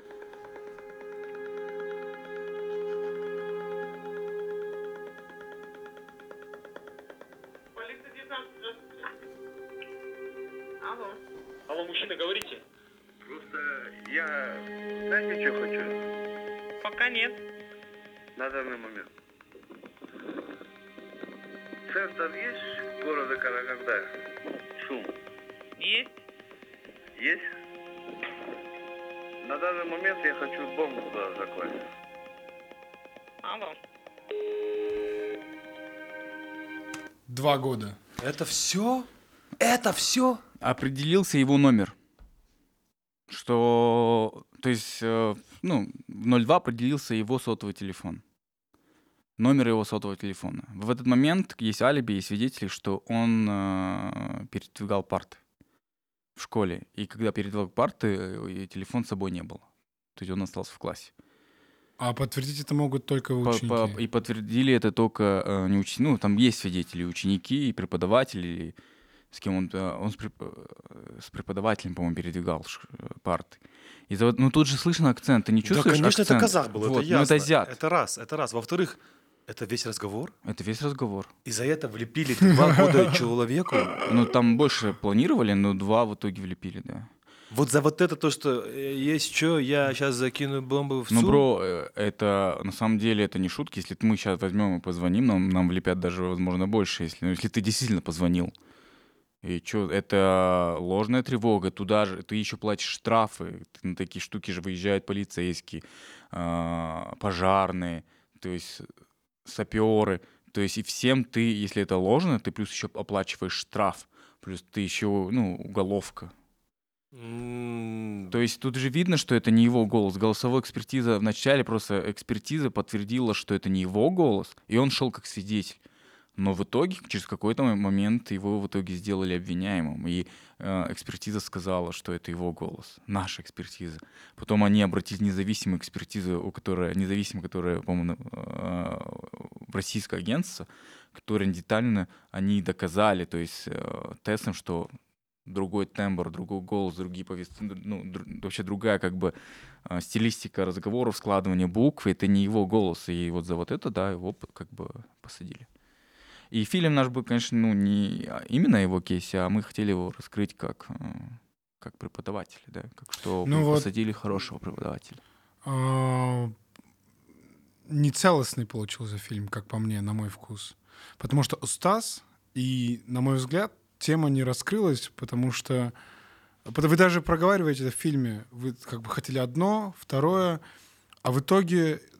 Полиция девятнадцать, здравствуйте. Алло. Алло, мужчина, говорите. Просто я, знаете, что хочу Пока нет. на данный момент? Центр есть города Караганда? Шум Есть? есть? На данный момент я хочу бомбу туда закласть. Алло. Два года. Это все? Это все? Определился его номер. Что... То есть, э, ну, в ноль два определился его сотовый телефон. Номер его сотового телефона. В этот момент есть алиби и свидетели, что он э, передвигал парты в школе. И когда передвигал парты, э, и телефон с собой не было. То есть он остался в классе. А подтвердить это могут только По- ученики. по- и подтвердили это только э, не ученики. Ну, там есть свидетели, ученики, и преподаватели, и с кем он... э, Он с, преп- э, с преподавателем, по-моему, передвигал ш- э, парты. И за- ну, тут же слышно акцент. Ты не Да, чувствуешь конечно, акцент? это казах был, Вот, это ну, ясно. это азиат. Это раз, это раз. Во-вторых, это весь разговор. Это весь разговор. И за это влепили два года человеку. Ну, там больше планировали, но два в итоге влепили, да. Вот за вот это то, что э, есть что, я сейчас закину бомбу в Ну, ЦУМ. бро, э, это на самом деле это не шутки. Если мы сейчас возьмем и позвоним, нам, нам влепят даже, возможно, больше, если, ну, если ты действительно позвонил. И что, это ложная тревога, туда же ты еще платишь штрафы, на такие штуки же выезжают полицейские, а, пожарные, то есть саперы, то есть и всем ты, если это ложно, ты плюс еще оплачиваешь штраф, плюс ты еще, ну, уголовка. М, То есть тут же видно, что это не его голос. Голосовая экспертиза вначале просто экспертиза подтвердила, что это не его голос, и он шел как свидетель. Но в итоге, через какой-то момент его в итоге сделали обвиняемым. И э, экспертиза сказала, что это его голос, наша экспертиза. Потом они обратились в независимую экспертизу, у которой, независимую, которая, по-моему, э, в российское агентство, которое детально они доказали, то есть э, тестом, что другой тембр, другой голос, другие повестки, ну, дру- вообще другая как бы э, стилистика разговоров, складывание букв, это не его голос. И вот за вот это, да, его п- как бы посадили. И фильм наш был, конечно, ну, не именно о его кейсе, а мы хотели его раскрыть как, э, как преподавателя, да, как что Ну мы вот. посадили хорошего преподавателя. А, Нецелостный получился фильм, как по мне, на мой вкус. Потому что Стас, и, на мой взгляд, тема не раскрылась, потому что... Вы даже проговариваете это в фильме. Вы как бы хотели одно, второе, а в итоге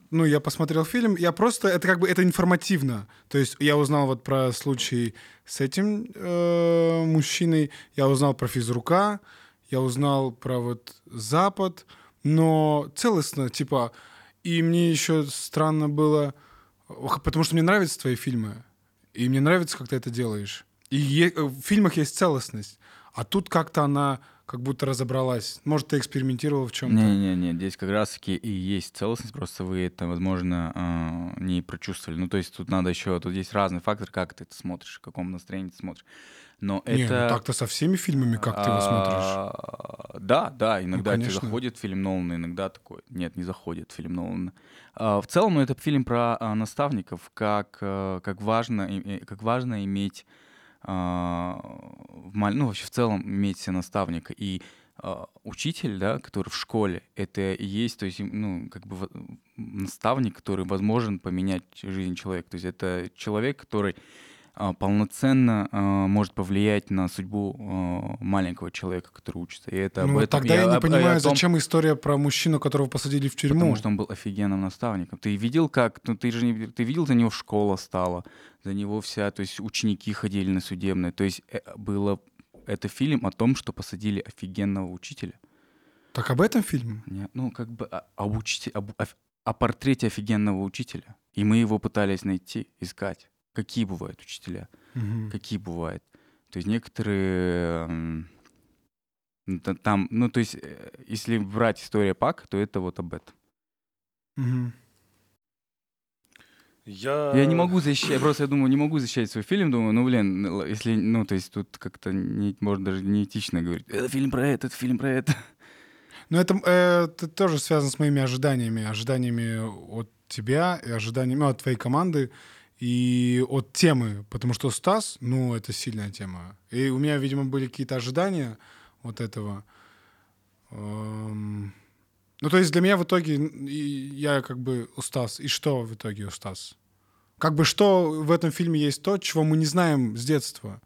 ну, я посмотрел фильм, я просто, это как бы, это информативно. То есть я узнал вот про случай с этим э, мужчиной, я узнал про физрука, я узнал про вот Запад, но целостно, типа, и мне еще странно было, ох, потому что мне нравятся твои фильмы, и мне нравится, как ты это делаешь. И е- в фильмах есть целостность, а тут как-то она как будто разобралась. Может, ты экспериментировал в чем-то? Не-не-не, здесь как раз-таки и есть целостность, просто вы это, возможно, а, не прочувствовали. Ну, то есть тут надо еще, тут есть разный фактор, как ты это смотришь, в каком настроении ты смотришь. Но Не, это... ну так-то со всеми фильмами, как ты его смотришь. А, Да, да, иногда тебе конечно. заходит фильм Нолана, иногда такой. Нет, не заходит фильм Нолана. А, В целом, ну, это фильм про а, наставников, как, э, как, важно, и- и- как важно иметь, а, в маль- ну, вообще в целом иметь себе наставника. И а, учитель, да, который в школе, это и есть, то есть, им, ну, как бы во- наставник, который возможен поменять жизнь человека. То есть это человек, который а, полноценно а, может повлиять на судьбу а, маленького человека, который учится. И это об Ну, вот этом. тогда и я о- не об- и о понимаю, том, зачем история про мужчину, которого посадили в тюрьму. потому что он был офигенным наставником. Ты видел, как, ну ты же не, ты видел, за него школа стала, за него вся, то есть ученики ходили на судебное. То есть э, было, это фильм о том, что посадили офигенного учителя. Так об этом фильм? Не, ну, как бы о, об учите- об- о, о портрете офигенного учителя. И мы его пытались найти, искать. Какие бывают учителя? Мгм. Какие бывают? То есть некоторые... м, ну, та- там, ну, то есть, э, если брать историю Пак, то это вот об этом. Мгм. Я... Я не могу защищать, я просто, я думаю, не могу защищать свой фильм, думаю, ну, блин, ну, л- если, ну, то есть тут как-то, не, может, даже неэтично говорить, это фильм про это, это фильм про это. Но это, э, это тоже связано с моими ожиданиями. Ожиданиями от тебя и ожиданиями, ну, от твоей команды и от темы. Потому что Стас, ну, это сильная тема. И у меня, видимо, были какие-то ожидания от этого. Эм, Ну, то есть для меня в итоге, н- и я как бы у Стас. И что в итоге у Стас? Как бы что в этом фильме есть то, чего мы не знаем с детства?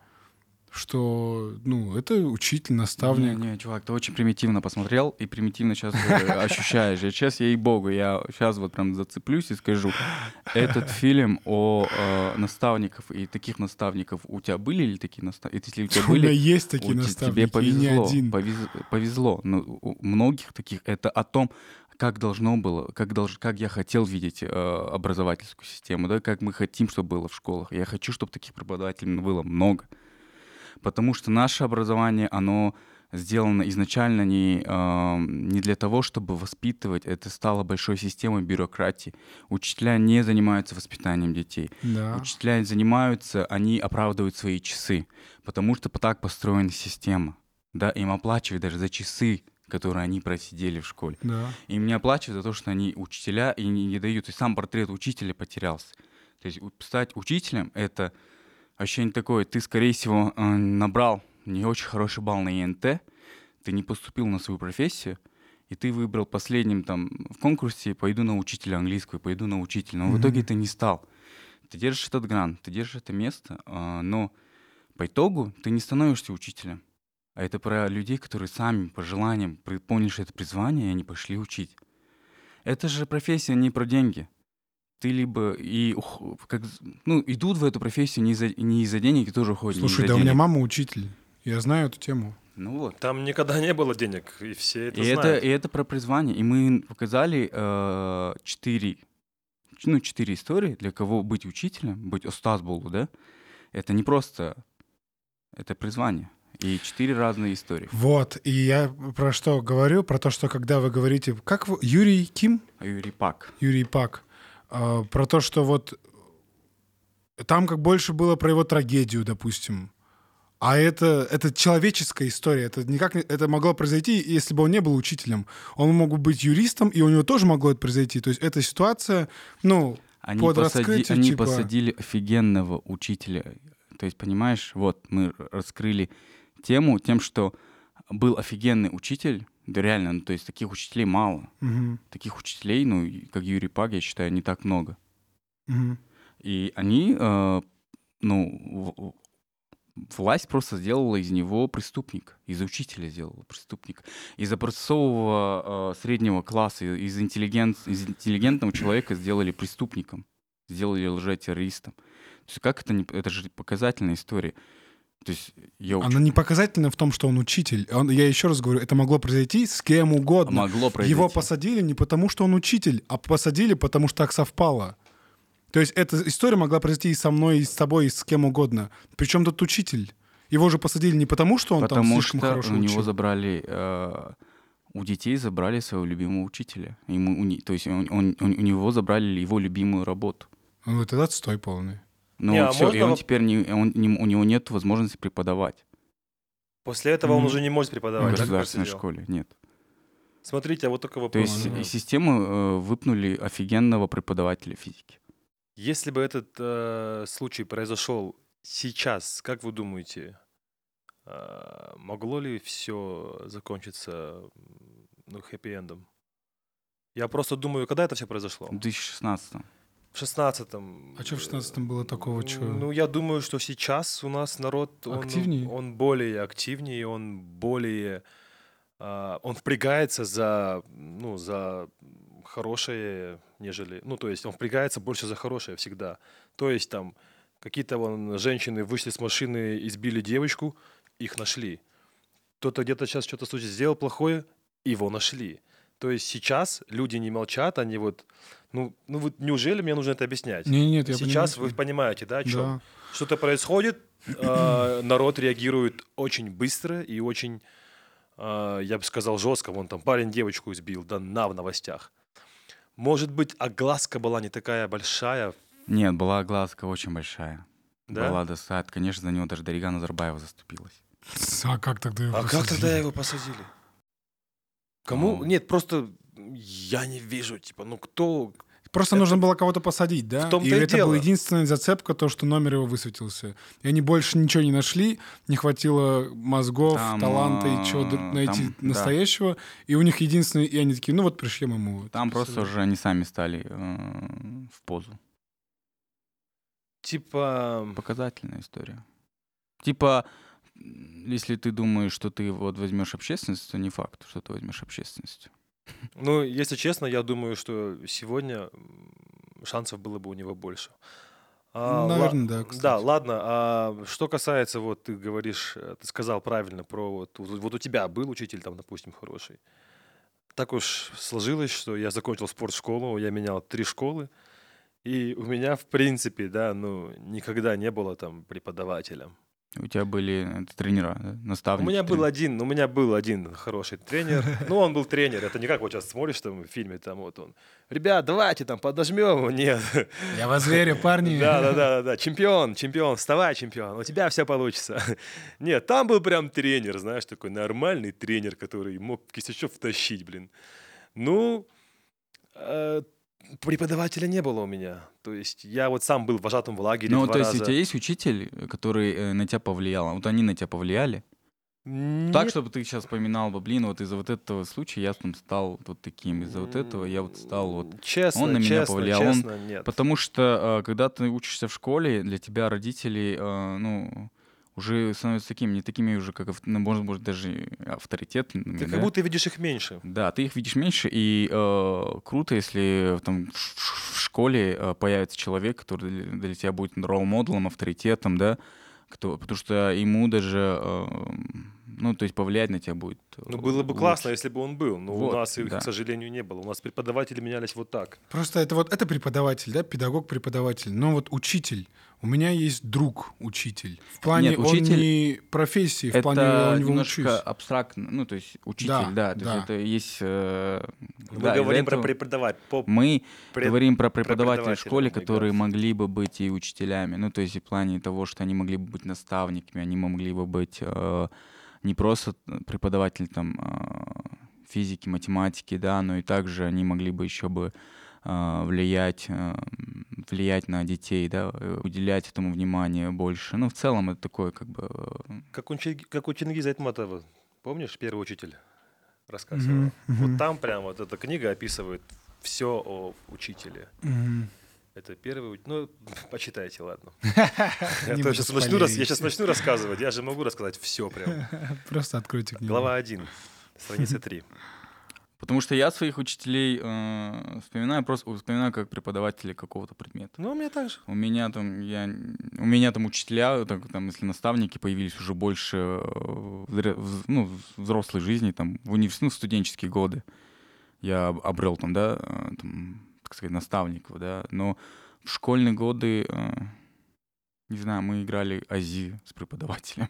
Что, ну, это учитель, наставник. Не, не, чувак, ты очень примитивно посмотрел и примитивно сейчас ощущаешь. Я сейчас, ей-богу, я сейчас вот прям зацеплюсь и скажу, этот фильм о э, наставниках, и таких наставников у тебя были ли такие наставники? Если у тебя У меня были, есть такие у те- наставники, тебе и не повезло, один. повез- повезло. Но у многих таких это о том, как должно было, как, долж, как я хотел видеть э, образовательскую систему, да, как мы хотим, чтобы было в школах. Я хочу, чтобы таких преподавателей было много. Потому что наше образование, оно сделано изначально не, э, не для того, чтобы воспитывать. Это стало большой системой бюрократии. Учителя не занимаются воспитанием детей. Да. Учителя занимаются, они оправдывают свои часы, потому что так построена система. Да, им оплачивают даже за часы, которые они просидели в школе. Да. Им не оплачивают за то, что они учителя и не, не дают. То есть сам портрет учителя потерялся. То есть у- стать учителем — это ощущение такое: ты, скорее всего, э, набрал не очень хороший балл на и эн тэ, ты не поступил на свою профессию, и ты выбрал последним там в конкурсе «пойду на учителя английского», «пойду на учителя», но в итоге Мгм. ты не стал. Ты держишь этот грант, ты держишь это место, а, но по итогу ты не становишься учителем. А это про людей, которые сами по желаниям при- поняли, что это призвание, и они пошли учить. Это же профессия не про деньги. Ты либо и ух- как, з- ну, идут в эту профессию не из-за, не из-за денег, и тоже ходят не Слушай, из-за да у денег. меня мама учитель. Я знаю эту тему. Ну вот. Там никогда не было денег, и все это И это, знают. и это про призвание. И мы показали э, четыре, ну, четыре истории, для кого быть учителем, быть Остаз Болу, да, это не просто, это призвание. И четыре разные истории. Вот, и я про что говорю? Про то, что когда вы говорите... Как вы... Юрий Ким? А Юрий Пак. Юрий Пак. А, про то, что вот... Там как больше было про его трагедию, допустим. А это, это человеческая история. Это никак не, это могло произойти, если бы он не был учителем. Он мог бы быть юристом, и у него тоже могло это произойти. То есть эта ситуация, ну, Они, под посади- раскрытие, они типа... посадили офигенного учителя. То есть, понимаешь, вот мы раскрыли тему тем, что был офигенный учитель, да реально, ну, то есть таких учителей мало. Мгм, Таких учителей, ну, и как Юрий Пак, я считаю, не так много. мгм. И они, э, ну, в- Власть просто сделала из него преступник, из учителя сделала преступник. Из образцового э, среднего класса, из, интеллигент, из интеллигентного человека сделали преступником, сделали лжетеррористом. То есть как это не... Это же показательная история. То есть я Она учу- не показательна в том, что он учитель. Он, я еще раз говорю, это могло произойти с кем угодно. Могло произойти. Его посадили не потому, что он учитель, а посадили, потому что так совпало. То есть эта история могла произойти и со мной, и с тобой, и с кем угодно. Причем тут учитель. Его же посадили не потому, что он там Потому слишком что хороший у него учитель. забрали... э, у детей забрали своего любимого учителя. Ему, у, не- то есть он, он- он- у него забрали его любимую работу. Ну, вот это отстой полный. Ну Не, а все, и можно он воп- теперь не, он, не- у него нет возможности преподавать После этого он Мгм. уже не может в преподавать. да, как государственной сидел? школе. Нет. Смотрите, а вот только То вопрос. есть Ага. из системы э, выпнули офигенного преподавателя физики. Если бы этот э, случай произошел сейчас, как вы думаете, э, могло ли все закончиться м, ну, хэппи-эндом? Я просто думаю, когда это все произошло? В две тысячи шестнадцатом. В шестнадцатом. А чё в шестнадцатом было такого, чё? Ну, я думаю, что сейчас у нас народ, он, Активнее? он более активнее, он более... а, он впрягается за, ну, за хорошее, нежели... Ну, то есть он впрягается больше за хорошее всегда. То есть там какие-то вон женщины вышли с машины, избили девочку, их нашли. Кто-то где-то сейчас что-то случай сделал плохое, его нашли. То есть сейчас люди не молчат, они вот... Ну, ну вот неужели мне нужно это объяснять? Не, нет, я Сейчас понимаю вы понимаете, да, о чем? Да. Что-то происходит, а, народ реагирует очень быстро и очень, а, я бы сказал, жестко. Вон там парень девочку избил, да, на в новостях. Может быть, огласка была не такая большая, Нет, была огласка очень большая. да? Была достаточно. Конечно, за него даже Дарига Назарбаева заступилась. А как тогда его А как посадили? тогда его посадили? Кому? Ну. Нет, просто я не вижу, типа, ну кто... Просто Это- нужно было кого-то посадить, да? В том-то и и это дело. была единственная зацепка, то, что номер его высветился. И они больше ничего не нашли, не хватило мозгов, Там, таланта и а, чего найти там, да. настоящего. И у них единственный... И они такие, ну вот пришлем ему. Там типа, просто сюда. уже они сами стали э, в позу. Типа... Показательная история. Типа, м, если ты думаешь, что ты вот возьмешь общественность, то не факт, что ты возьмешь общественность. Ну, если честно, я думаю, что сегодня м, шансов было бы у него больше. А, ла- Наверное, да, Да, кстати. ладно. А что касается, вот ты говоришь, э, ты сказал правильно про вот, вот вот у тебя был учитель там, допустим, хороший. Так уж сложилось, что я закончил спортшколу, я менял три школы, и у меня, в принципе, да, ну, никогда не было там преподавателя. У тебя были э, тренера, да? У наставники? меня был тренеры? один, у меня был один хороший тренер. Ну, он был тренер. Это не как вот сейчас смотришь там в фильме, там вот он. Ребят, давайте там подожмем. Нет. Я вас верю, парни. Да, да, да, да, да. Чемпион, чемпион, вставай, чемпион. У тебя все получится. Нет, там был прям тренер, знаешь, такой нормальный тренер, который мог Кисачев втащить, блин. Ну, э, преподавателя не было у меня. То есть я вот сам был вожатым в лагере Ну, два то есть раза. у тебя есть учитель, который э, на тебя повлиял? Вот они на тебя повлияли? Так, Нет. чтобы ты сейчас вспоминал бы, блин, вот из-за вот этого случая я там стал вот таким, из-за вот этого я вот стал вот... Честно, он на меня честно, повлиял, он- честно, нет. Потому что, э, когда ты учишься в школе, для тебя родители, э, ну, уже становятся такими, не такими уже, как, ав- ну, может быть, даже авторитетными. Ты да? как будто видишь их меньше. Да, ты их видишь меньше, и э, круто, если там в ш- в школе э, появится человек, который для, для тебя будет ролл-моделом, авторитетом, да, кто, потому что ему даже, э, ну, то есть повлиять на тебя будет. э, Ну, было бы лучше. классно, если бы он был. Но Вот, у нас их, да. к сожалению, не было. У нас преподаватели менялись вот так. Просто это вот это преподаватель, да, педагог-преподаватель. Но вот учитель. У меня есть друг учитель. В плане Нет, он учитель- не профессии, в плане Это я у него немножко учусь. абстрактно, ну, то есть учитель, Да, да, то да. есть это есть... э, Мы да, из-за говорим про этого преподаватель. По Мы пред- говорим про преподавателей в преподавателя, школе, oh my которые God. могли бы быть и учителями. Ну, то есть в плане того, что они могли бы быть наставниками, они могли бы быть э, не просто преподаватель там э, физики, математики, да, но и также они могли бы еще бы э, влиять, э, влиять на детей, да, э, уделять этому внимание больше. Ну, в целом это такое как бы... э, Как у, Чи- как у Чингиза Айтматова. Помнишь, первый учитель рассказывал? Мгм, мгм. Вот там прям вот эта книга описывает все о учителе. Мгм. Это первый... Ну, почитайте, ладно. Не Я буду сейчас начну, рас- я спойлерить. сейчас начну рассказывать, я же могу рассказать все прям. Просто откройте книгу. Глава один, страница три. Потому что я своих учителей э, вспоминаю просто вспоминаю как преподавателей какого-то предмета. Ну, у меня так же. У меня там я у меня там учителя, так, там если наставники появились уже больше э, в, зре- в- ну, в взрослой жизни, там в универ... ну, в студенческие годы я об- обрел там, да, э, там, так сказать, наставников, да. Но в школьные годы, э, не знаю, мы играли ази с преподавателем.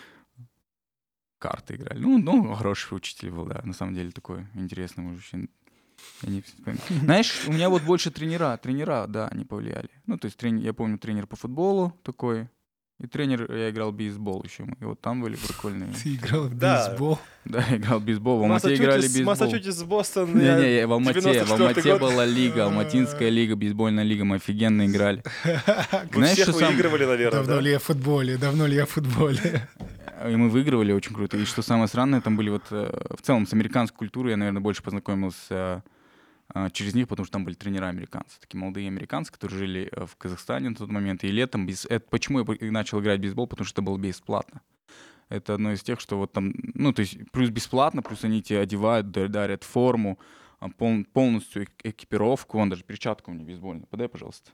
Карты играли. Ну, ну, хороший учитель был, да, на самом деле такой интересный мужчина. Я не вспомню. Знаешь, у меня вот больше тренера, тренера, да, они повлияли. Ну, то есть трени- я помню тренер по футболу такой, и тренер, я играл в бейсбол еще, и вот там были прикольные. Ты играл в Да. бейсбол. Да, я играл в бейсбол, в Алмате играли в бейсбол. Массачусетс, Бостон. Не-не, я в Алмате, в девяносто четвёртый Алмате год. была лига, Алматинская лига, бейсбольная лига, мы офигенно играли. Вы Знаешь, всех что сам- выигрывали, наверное, Давно да? ли я в футболе? Давно ли я в футболе? И мы выигрывали очень круто. И что самое странное, там были вот э, в целом с американской культурой я, наверное, больше познакомился э, через них, потому что там были тренера американцы, такие молодые американцы, которые жили э, в Казахстане на тот момент. И летом, без... это, почему я по- начал играть в бейсбол, потому что это было бесплатно. Это одно из тех, что вот там, ну, то есть плюс бесплатно, плюс они тебе одевают, да- дарят форму, а, пол- полностью эк- экипировку. Вон даже перчатка у меня бейсбольная. Подай, пожалуйста.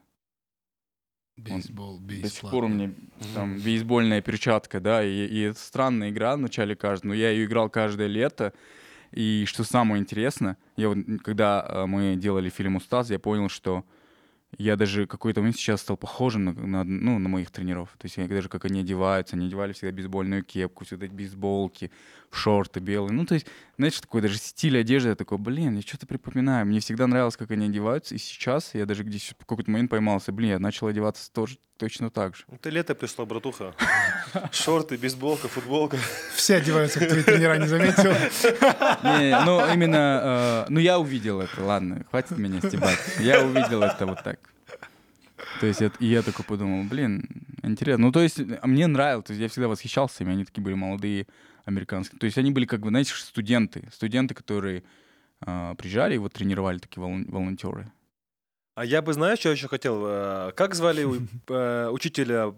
Бейсбол, До сих пор у бейсбол. меня там бейсбольная перчатка, да, и, и это странная игра в начале каждого, но я ее играл каждое лето, и что самое интересное, я вот, м, когда э, мы делали фильм «Устаз», я понял, что я даже в какой-то момент сейчас стал похожим на, на, ну, на моих тренеров. То есть я даже как они одеваются, они одевали всегда бейсбольную кепку, всегда бейсболки, шорты белые. Ну, то есть, знаешь, такой даже стиль одежды. Я такой, блин, я что-то припоминаю. Мне всегда нравилось, как они одеваются. И сейчас я даже где-то в какой-то момент поймался, блин, я начал одеваться тоже точно так же. Это лето пришло, братуха. Шорты, бейсболка, футболка. Все одеваются, как твои тренера, не заметил? Не, ну, именно, э, ну, я увидел это, ладно, хватит меня стебать. Я увидел это вот так. То есть, это- и я такой подумал, блин, интересно. Ну, то есть, а мне нравилось, то есть, я всегда восхищался ими, они такие были молодые, американские. То есть, они были, как бы, знаете, студенты, студенты, которые э, приезжали и вот тренировали такие волон- волонтеры. А я бы, знаешь, что еще хотел? Э, Как звали у- э, учителя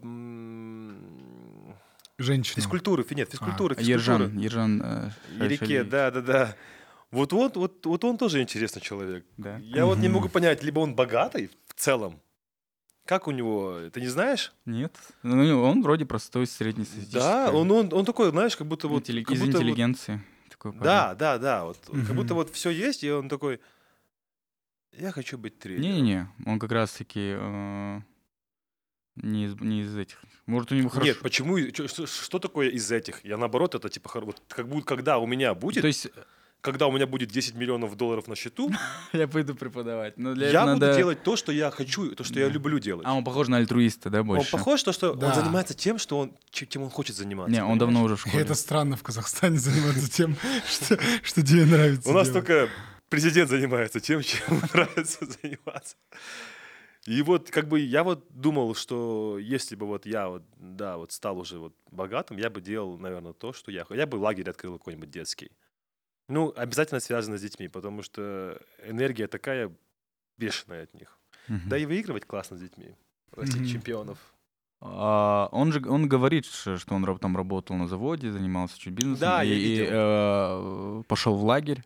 м, Женщина. физкультуры? Фи- Нет, физкультуры, физкультуры. Ержан, Ержан э, Ереке, Шайшалиевич. да, да, да. Вот, вот, вот, вот он тоже интересный человек. Да. Я вот не Мгм. могу понять, либо он богатый в целом. Как у него, ты не знаешь? Нет, ну, он вроде простой, среднестатистический. Да, он, он, он такой, знаешь, как будто вот... Интелли- как из будто вот- интеллигенции. Такой парень. Да, да, да. Вот, Как Мгм. будто вот все есть, и он такой, я хочу быть тренером. Не-не-не, он как раз-таки э, не, из, не из этих. Может, у него хорошо... Нет, почему? и- чё- Что, что такое из этих? Я наоборот, это типа, хор- вот как будто, когда у меня будет, То есть когда у меня будет десять миллионов долларов на счету, я пойду преподавать. Но для я этого буду надо... делать то, что я хочу, то, что я Да. люблю делать. А он похож на альтруиста, да, Он больше? похож, то, что Да. он занимается тем, что он, чем, чем он хочет заниматься. Не, он давно понимаешь? уже в И школе. это странно в Казахстане заниматься тем, что, что тебе нравится У нас делать. только президент занимается тем, чем ему нравится заниматься. И вот как бы я вот думал, что если бы вот я вот, да, вот стал уже вот богатым, я бы делал, наверное, то, что я... х- Я бы лагерь открыл какой-нибудь детский. Ну, обязательно связано с детьми, потому что энергия такая бешеная от них. Мгм. Да и выигрывать классно с детьми. Растить Мгм. чемпионов. А, он же он говорит, что что он раб- там работал на заводе, занимался чуть бизнесом. Да, и, я и, видел. э, пошел в лагерь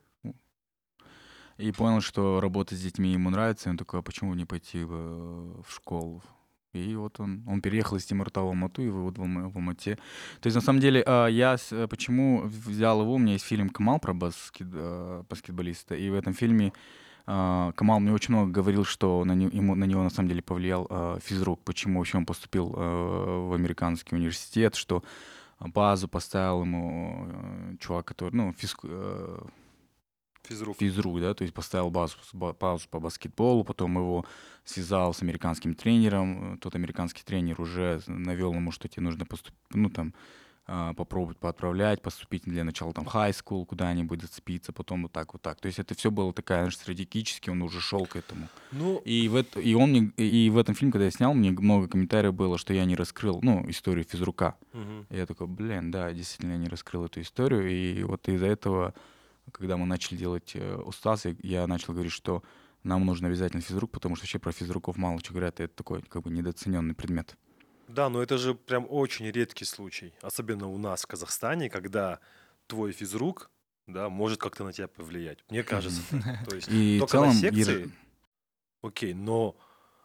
и понял, что работать с детьми ему нравится. И он такой, а почему не пойти в, в школу? И вот он, он переехал из Темиртау в Алмату, и вот в, Алма- в Алмате. То есть, на самом деле, а, я с- э, почему взял его? У меня есть фильм «Камал» про баскет, э, баскетболиста. И в этом фильме а, Камал мне очень много говорил, что на, не- ему, на него на самом деле повлиял а, физрук. Почему вообще он поступил а, в американский университет, что базу поставил ему э, чувак, который, ну, физку- э, Физрук. физрук, да, то есть поставил базу, с- ба- базу по баскетболу, потом его связал с американским тренером, э, тот американский тренер уже навел ему, что тебе нужно поступить, ну, там, а, попробовать поотправлять, поступить для начала там high school куда-нибудь, зацепиться, потом вот так, вот так. То есть это все было такая, знаешь, стратегически, он уже шел к этому. Ну, И в, это, и, он мне, и в этом фильме, когда я снял, мне много комментариев было, что я не раскрыл, ну, историю физрука. мгм. И я такой, блин, да, действительно, я не раскрыл эту историю. И вот из-за этого, когда мы начали делать э, устаз, я, я начал говорить, что нам нужно обязательно физрук, потому что вообще про физруков мало что говорят, и это такой как бы недооцененный предмет. Да, но это же прям очень редкий случай, особенно у нас в Казахстане, когда твой физрук, да, может как-то на тебя повлиять. Мне кажется. так. То есть И в только на целом, секции, ир- окей, но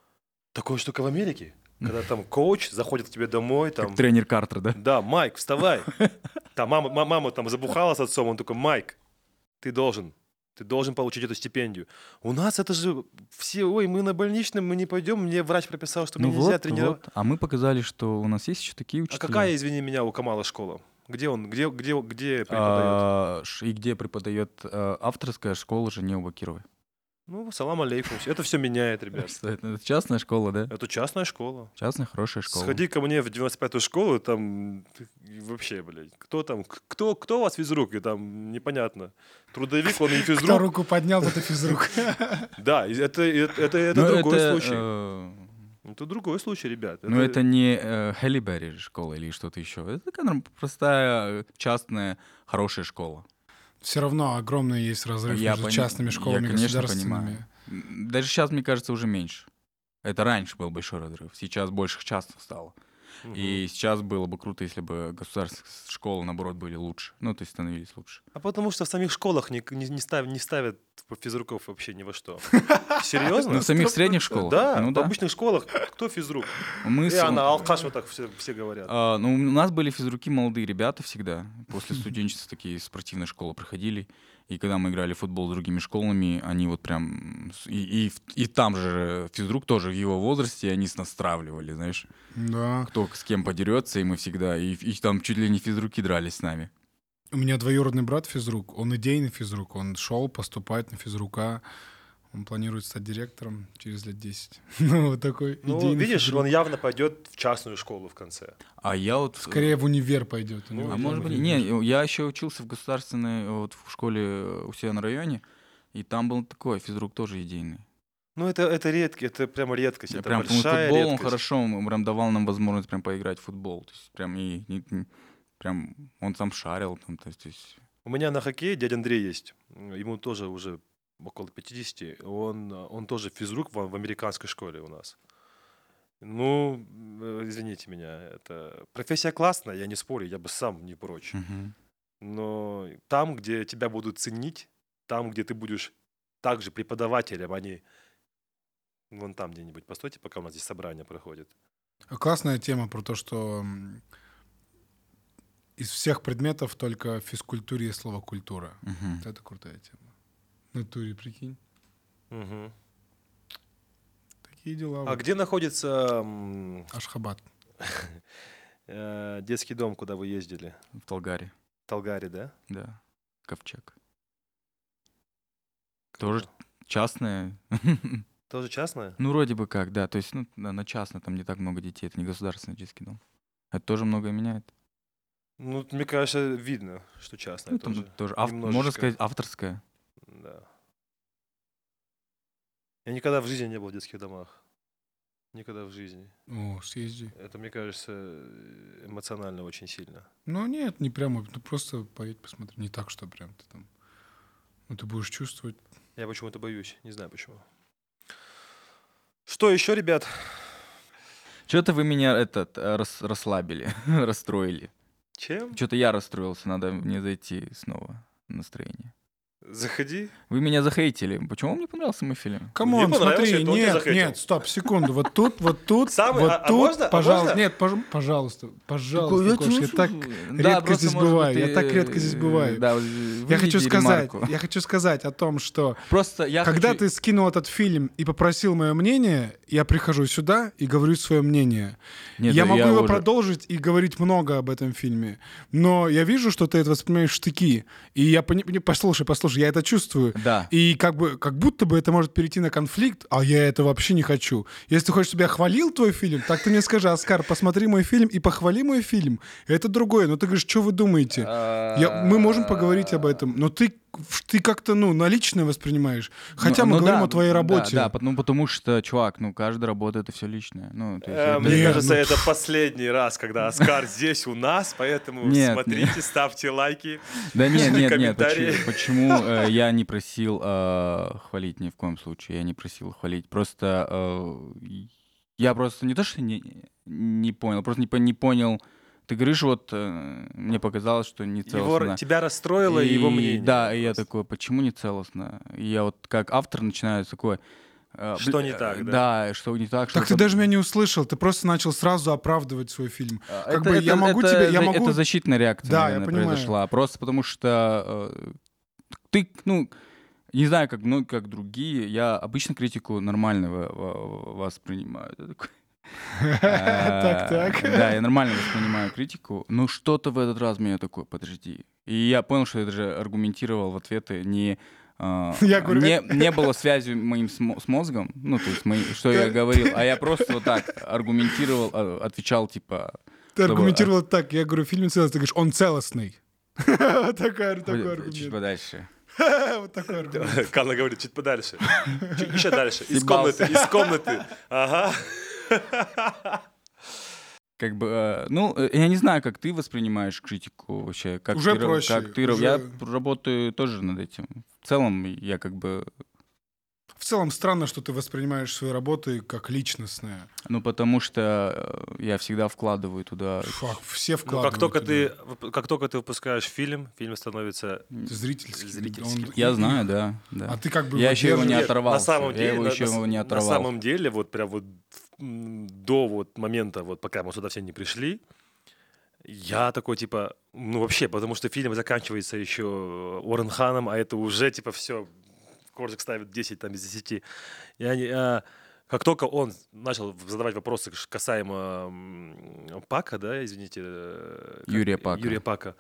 такое штука в Америке, когда там коуч заходит к тебе домой, там, как тренер Картер, да? да, Майк, вставай. Там мама, ма- мама там забухала с отцом, он такой, Майк, ты должен, ты должен получить эту стипендию. У нас это же все, ой, мы на больничном, мы не пойдем, мне врач прописал, что Ну мне нельзя вот, тренировать. вот. А мы показали, что у нас есть еще такие А учителя. какая, извини меня, у Камала школа? Где он, где, где, где преподает? А, ш- И где преподает э, авторская школа Жене Бакировой. Ну, салам алейкум. Это все меняет, ребят. Что это? Это частная школа, да? Это частная школа. Частная хорошая школа. Сходи ко мне в девяносто пятую школу, там ты- вообще, блядь, кто там, к- кто, кто у вас физрук, и там непонятно. Трудовик, он и Кто физрук. руку поднял, тот и физрук. Да, и это, это, это, это Ну, другой это, случай. э, Это другой случай, ребят. Ну, это не э, Хелли Берри школа или что-то еще. Это такая норм- простая, э, частная, хорошая школа. Все равно огромный есть разрыв Я между пони- частными я, школами и конечно, государственными. понимаю. М, Даже сейчас, мне кажется, уже меньше. Это раньше был большой разрыв. Сейчас больше частных стало. Мгм. И сейчас было бы круто, если бы государственные школы, наоборот, были лучше. Ну, то есть становились лучше. А потому что в самих школах не, не, не, став- не ставят физруков вообще ни во что. Серьезно? Ну, в самих средних школах. Да, ну, в да. обычных школах кто физрук? Мы И с- она, алкаш, вот так все, все говорят. А, ну, у нас были физруки молодые ребята всегда. После студенчества такие спортивные школы проходили. И когда мы играли в футбол с другими школами, они вот прям... с- И, и, в- и там же физрук тоже в его возрасте, они с нас стравливали, знаешь. Да. Кто с кем подерется, и мы всегда... И, и там чуть ли не физруки дрались с нами. У меня двоюродный брат физрук, он идейный физрук, он шел поступать на физрука, он планирует стать директором через лет десять. Ну, вот такой Ну, идейный видишь, физрук. он явно пойдет в частную школу в конце. А я вот... Скорее в универ пойдет. у Ну, него А явно может быть... универ. Не, я еще учился в государственной вот, в школе э, у себя на районе, и там был такой физрук тоже идейный. Ну, это, это редко, это прям редкость, Я это прям потому большая футбол, он редкость. хорошо, он прям давал нам возможность прям поиграть в футбол. То есть прям и, и- и- прям он там шарил, там, то есть, то есть У меня на хоккее дядя Андрей есть, ему тоже уже около пятидесяти, он, он тоже физрук в, в американской школе у нас. Ну, э, извините меня, это профессия классная, я не спорю, я бы сам не прочь. мгм. Но там, где тебя будут ценить, там, где ты будешь также преподавателем, а не вон там где-нибудь. Постойте, пока у нас здесь собрание проходит. Классная тема про то, что м, из всех предметов только в физкультуре есть слово «культура». Мгм. Вот это крутая тема. В натуре, прикинь. Мгм. Такие дела. А вот. где находится м, Ашхабад. э, детский дом, куда вы ездили? В Талгаре, В Талгаре, да? да, ковчег. Тоже частное. Тоже частное? Ну, вроде бы как, да. То есть, ну, да, на частное там не так много детей, это не государственный детский дом. Это тоже многое меняет. Ну, мне кажется, видно, что частное Ну, там тоже. тоже ав- можно Немножечко. сказать, авторское. Да. Я никогда в жизни не был в детских домах. Никогда в жизни. О, съезди. Это, мне кажется, эмоционально очень сильно. Ну, нет, не прямо. Ну, просто поедь, посмотри. Не так, что прям ты там... Ну, ты будешь чувствовать. Я почему-то боюсь, не знаю почему. Что еще, ребят? Что-то вы меня этот э, рас- расслабили, расстроили. Чем? Что-то я расстроился, надо мне зайти снова в настроение. Заходи. Вы меня захейтили. Почему вам не понравился мой фильм? Камон, понравился, смотри, это он тебя нет, захейтил. нет, стоп, секунду. Вот тут, вот тут, Самый- вот а- а тут, можно? А пожалуйста. можно? Нет, пож- пожалуйста, пожалуйста, Кош, я так Да, редко просто, здесь может бываю, быть, я так редко здесь э, бываю. Да, Я хочу сказать, я хочу сказать о том, что Просто я когда хочу- ты скинул этот фильм и попросил мое мнение, я прихожу сюда и говорю свое мнение. Нет, я да, могу его уже- продолжить и говорить много об этом фильме, но я вижу, что ты это воспринимаешь в штыки, и я пони... не, послушай, послушай, я это чувствую. Да. И как бы, как будто бы это может перейти на конфликт, а я это вообще не хочу. Если ты хочешь, чтобы я хвалил твой фильм, так ты мне скажи: Оскар, посмотри мой фильм и похвали мой фильм. Это другое. Но ты говоришь, что вы думаете? Я- мы можем поговорить об этом, но ты ты как-то, ну, на личное воспринимаешь. Хотя Ну- мы ну говорим да, о твоей да, работе. Да, потому, потому что, чувак, ну, каждая работа — это все личное. Ну, то есть Э, это- Мне Не, кажется, ну, это последний раз, когда Оскар здесь у нас, поэтому Нет, смотрите, ставьте лайки. Да нет, пишите нет, нет, комментарии. почему, почему, э, я не просил э, хвалить ни в коем случае, я не просил хвалить, просто э, и- я просто не то, что не, не понял, просто не, по- не понял, ты говоришь, вот э, мне показалось, что не Его, целостно. тебя расстроило его И мнение. Да, и я просто. такой, почему не целостно? И я вот как автор начинаю такой... э, Что бл- не так, э, да? Да, что не так, Так что... ты даже меня не услышал, ты просто начал сразу оправдывать свой фильм. А, Как это- бы я это- могу это тебе, я за- могу... Это защитная реакция, Да, я наверное, понимаю. произошла. Просто потому что э, ты, ну, не знаю, как многие, как другие, я обычно критику нормально во- во- воспринимаю. Я такой, Так, так. э, Да, я нормально воспринимаю критику, но что-то в этот раз меня такое, подожди. И я понял, что я даже аргументировал в ответы не... э, Я говорю, не, э- не было связи моим с, мо- с мозгом, ну, то есть, мои- что я говорил, а я просто вот так аргументировал, э, отвечал, типа... Ты чтобы- аргументировал так, я говорю, фильм целостный, ты говоришь, он целостный. Вот такой такой Чуть аргумент. подальше. Вот такой аргумент. Канна говорит, чуть подальше. Чуть еще дальше. Из Съебался. комнаты, из комнаты. Ага. Как бы, э, ну, э, я не знаю, как ты воспринимаешь критику вообще. Как Уже ты, ра- проще, Как ты, ра- уже- Я работаю тоже над этим. В целом, я как бы, В целом странно, что ты воспринимаешь свои работы как личностные. ну, потому что э, я всегда вкладываю туда. Фак, все Ну, вкладывают. как только, туда. ты, вып- как только ты выпускаешь фильм, фильм становится... Зрительский. Зрительский. он- Я и- знаю, да, да. А ты как бы Я его еще его не держишь. оторвал. на самом я деле, его на, еще на- его не на оторвал. самом деле, вот прям вот м, до вот момента, вот пока мы сюда все не пришли, я такой, типа, ну вообще, потому что фильм заканчивается еще Оренханом, а это уже, типа, все, Коржик ставит десять там из десяти. Я не, а, как только он начал задавать вопросы ш- касаемо м, Пака, да, извините. э, как- Юрия Пака. Юрия Пака.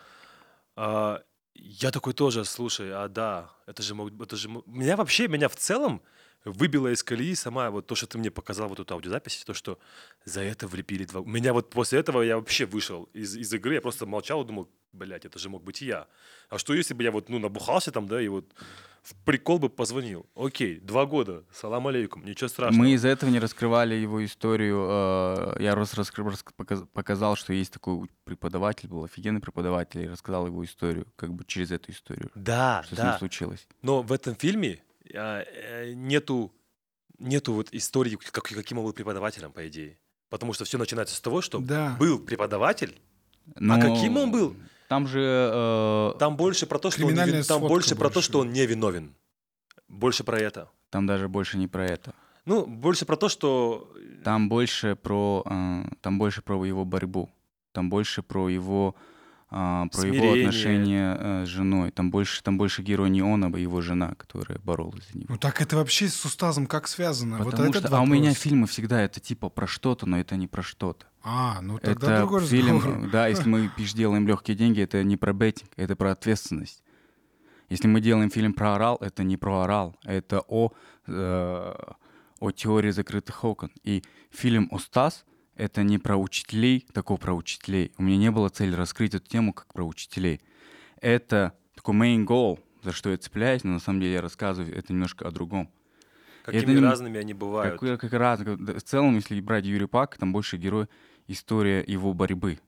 а, я такой тоже, слушай, а да, это же, мог- это же... мо- Меня вообще, меня в целом выбила из колеи сама вот то, что ты мне показал, вот эту аудиозапись, то, что за это влепили два... Меня вот после этого я вообще вышел из, из игры, я просто молчал и думал, блядь, это же мог быть и я. А что если бы я вот, ну, набухался там, да, и вот в прикол бы позвонил? Окей, два года, салам алейкум, ничего страшного. Мы из-за этого не раскрывали его историю. э, Я раз раскры- рас- показ- показал, что есть такой преподаватель, был офигенный преподаватель, и рассказал его историю, как бы через эту историю, Да, что с ним да. случилось. Но в этом фильме а, э, нету, нету вот истории, как, каким он был преподавателем, по идее. Потому что все начинается с того, что Да. был преподаватель, Но каким он был? Там же... э, там больше про то, что он, не Криминальная вин- там сводка больше про то, больше. что он не виновен. Больше про это. Там даже больше не про это. Ну, больше про то, что... Там больше про, э, там больше про его борьбу. Там больше про его, а, про его Смирение. отношения э, с женой. Там больше, там больше герой не он, а его жена, которая боролась за него. Ну так это вообще с Устазом как связано? Потому вот что, этот а у меня вопрос. фильмы всегда это типа про что-то, но это не про что-то. А, ну тогда Это другой фильм, разговор. да, если мы пиш, делаем легкие деньги, это не про беттинг, это про ответственность. Если мы делаем фильм про орал, это не про орал, это о, э, о теории закрытых окон. И фильм «Устаз» — это не про учителей, такого про учителей. У меня не было цели раскрыть эту тему как про учителей. Это такой main goal, за что я цепляюсь, но на самом деле я рассказываю это немножко о другом. Какими это не- разными они бывают. Как, как раз, как- да, в целом, если брать Юрия Пака, там больше герой история его борьбы.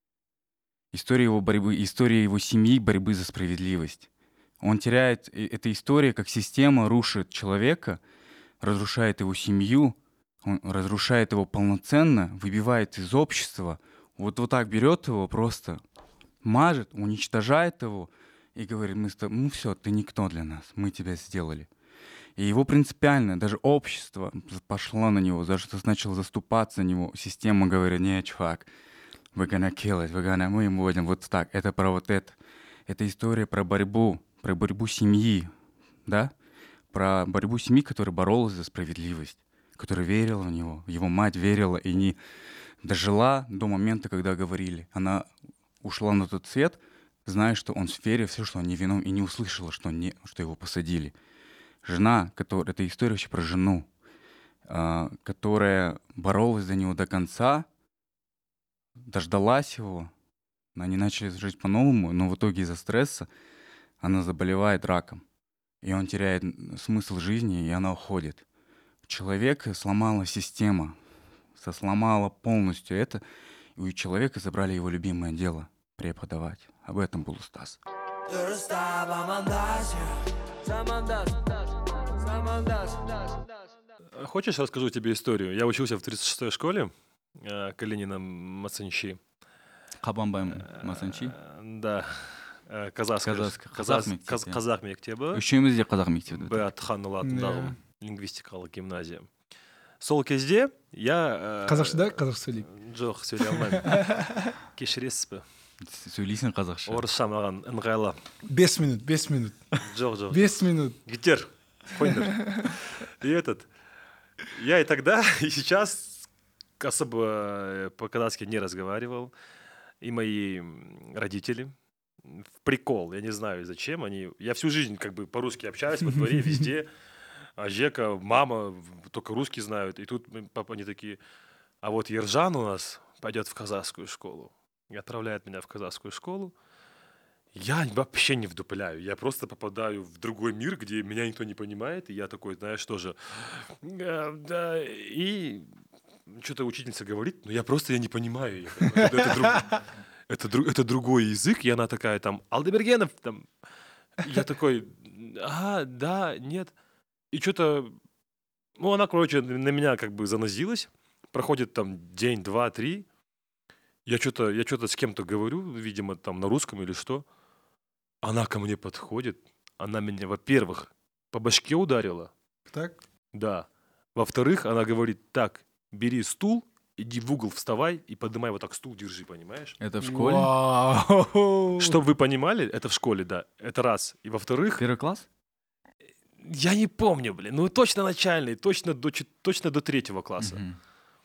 История его борьбы, история его семьи, борьбы за справедливость. Он теряет, и эта история, как система рушит человека, разрушает его семью, он разрушает его полноценно, выбивает из общества, вот, вот так берет его просто, мажет, уничтожает его и говорит, мы с тобой, ну все, ты никто для нас, мы тебя сделали. И его принципиально, даже общество пошло на него, за что начало заступаться за него. Система говорит, не, чувак, we're gonna kill it, we're gonna, мы ему будем вот так. Это про вот это. Это история про борьбу, про борьбу семьи, да? Про борьбу семьи, которая боролась за справедливость, которая верила в него. Его мать верила и не дожила до момента, когда говорили. Она ушла на тот свет, зная, что он в сфере, все, что он не виновен, и не услышала, что, он не, что его посадили. Жена, которая, это история вообще про жену, а, которая боролась за него до конца, дождалась его, они начали жить по-новому, но в итоге из-за стресса она заболевает раком. И он теряет н- смысл жизни, и она уходит. Человека сломала система, со- сломала полностью это, и у человека забрали его любимое дело — преподавать. Об этом был Устаз. А Хочешь, расскажу тебе историю? Я учился в тридцать шестой школе э, Калинина Мацанчи. Қабанбай Масанчи. Э, Да, э, казахская. Казахская- казах- казах мектебі. каз- Казах мектебі. Үшеуміз де қазақ мектебінде. Б атханулатындағы Да. лингвистикалық гимназия. Сол кезде я... э, Қазақшада қазақ сөйлейік. Жоқ, сөйлей алмаймын. Кешіресіз бе? Сөйлейсің қазақша. Орысша маған ыңғайлы. Бес минут, бес минут, Жоқ, жоқ. бес минут. Гитер. Қойыңдар. И этот... Я и тогда, и сейчас особо э, по-казахски не разговаривал. И мои м, родители в прикол, я не знаю зачем, они... Я всю жизнь как бы по-русски общаюсь во дворе, везде. А Жека, мама в- только русский знают. И тут м, папа, они такие, а вот Ержан у нас пойдет в казахскую школу. И отправляет меня в казахскую школу. Я вообще не вдупляю. Я просто попадаю в другой мир, где меня никто не понимает. И я такой, знаешь, тоже... «Э, да». И что-то учительница говорит, но я просто я не понимаю её. Это, это друг- это дру- это другой язык. И она такая там, Алдебергенов, там. Я такой, ага, да, нет. И что-то... Ну, она, короче, на меня как бы занозилась. Проходит там день, два, три. Я что-то я что-то с кем-то говорю, видимо, там на русском или что. Она ко мне подходит. Она меня, во-первых, по башке ударила. Так? Да. Во-вторых, она говорит, так, бери стул, иди в угол, вставай и поднимай вот так стул, держи, понимаешь? Это в школе? Вау. Чтобы вы понимали, это в школе, да. Это раз. И во-вторых, Первый класс? я не помню, блин, ну точно начальный, точно до, чет- точно до третьего класса. Мгм.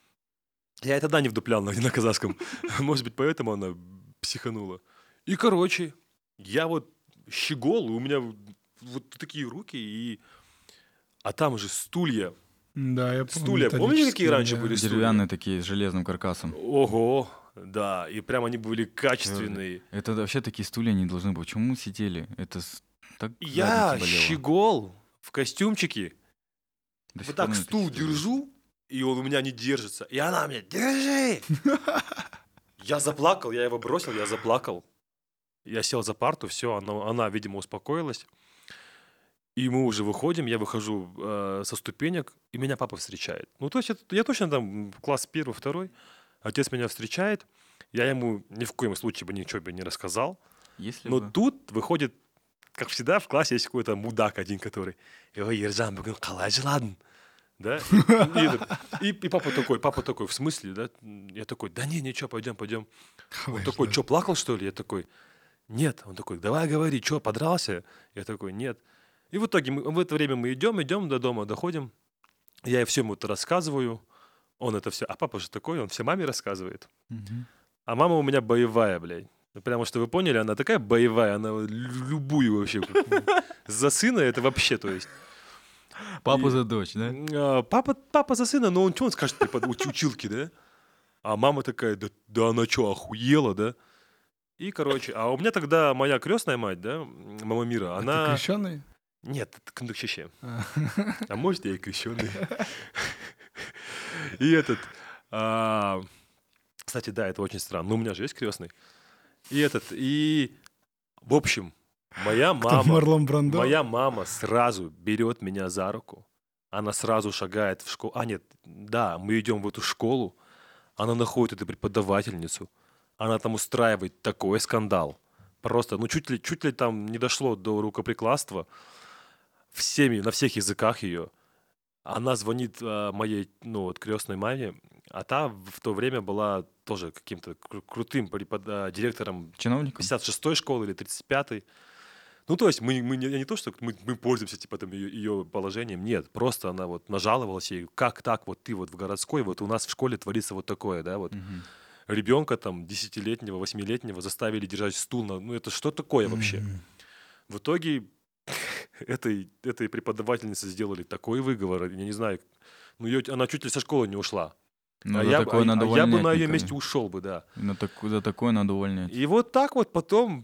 Я и тогда не вдуплял на, на казахском. Может быть, поэтому она психанула. И, короче, я вот щегол, у меня вот, вот такие руки, и... А там же стулья. Да, я помню. Стулья, помните, какие металлические, раньше да. были? Деревянные такие, с железным каркасом. Ого, да, и прям они были качественные. Это вообще такие стулья не должны быть. Почему мы сидели? Это с- так Я задница болела. щегол в костюмчике, До сих вот пор так на это стул чувствую. держу, и он у меня не держится. И она мне, держи! Я заплакал, я его бросил, я заплакал. Я сел за парту, все, она, она, видимо, успокоилась. И мы уже выходим, я выхожу э, со ступенек, и меня папа встречает. Ну, то есть это- я точно там класс первый, второй. Отец меня встречает. Я ему ни в коем случае бы ничего бы не рассказал. Если Но бы... тут выходит, как всегда, в классе есть какой-то мудак один, который «Ой, Ержан, бүгін қалай жыладың?» Да? И, этот- и, и папа такой, папа такой, в смысле, да? Я такой, да не, ничего, пойдем, пойдем. Он такой, что, плакал, что ли? Я такой, нет. Он такой, давай говори, что, подрался? Я такой, нет. И в итоге мы, в это время мы идем, идем до дома, доходим. Я все ему это рассказываю. Он это все... А папа же такой, он все маме рассказывает. Мгм. А мама у меня боевая, блядь. Ну, Потому что вы поняли, она такая боевая, она вот лю- любую вообще. как- За сына это вообще, то есть. Папа И- за дочь, да? А, Папа, папа за сына, но он что он скажет препод- уч- училки, да? А мама такая, да, да она что, охуела, да? И, короче, а у меня тогда моя крестная мать, да, м, мама Мира, А ты она... крещеный? Нет, это кындыкчище. А. А может, я и крещеный. И этот... а, Кстати, да, это очень странно. Но у меня же есть крестный. И этот... И... В общем, моя Кто, мама... Марлон Брандо? Моя мама сразу берет меня за руку. Она сразу шагает в школу. А, нет, да, мы идем в эту школу. Она находит эту преподавательницу. Она там устраивает такой скандал. Просто, ну, чуть ли, чуть ли там не дошло до рукоприкладства. Всеми, на всех языках ее. Она звонит а, моей, ну, вот, крестной маме. А та в то время была тоже каким-то кру- крутым препод- а, директором Чиновником? пятьдесят шестой школы или тридцать пятой. Ну, то есть мы, мы не, не то, что мы, мы пользуемся типа там ее, ее положением, нет, просто она вот нажаловалась ей, как так, вот ты вот в городской, вот у нас в школе творится вот такое, да, вот Мгм. ребенка там десятилетнего, восьмилетнего заставили держать стул, на, ну это что такое вообще? М. В итоге этой, этой преподавательнице сделали такой выговор, я не знаю, ну её- она чуть ли со школы не ушла. Ну, а за я, бы- такое а- надо а я бы увольнять на ее никого. месте ушел бы, да. На так- За такое надо увольнять. И вот так вот потом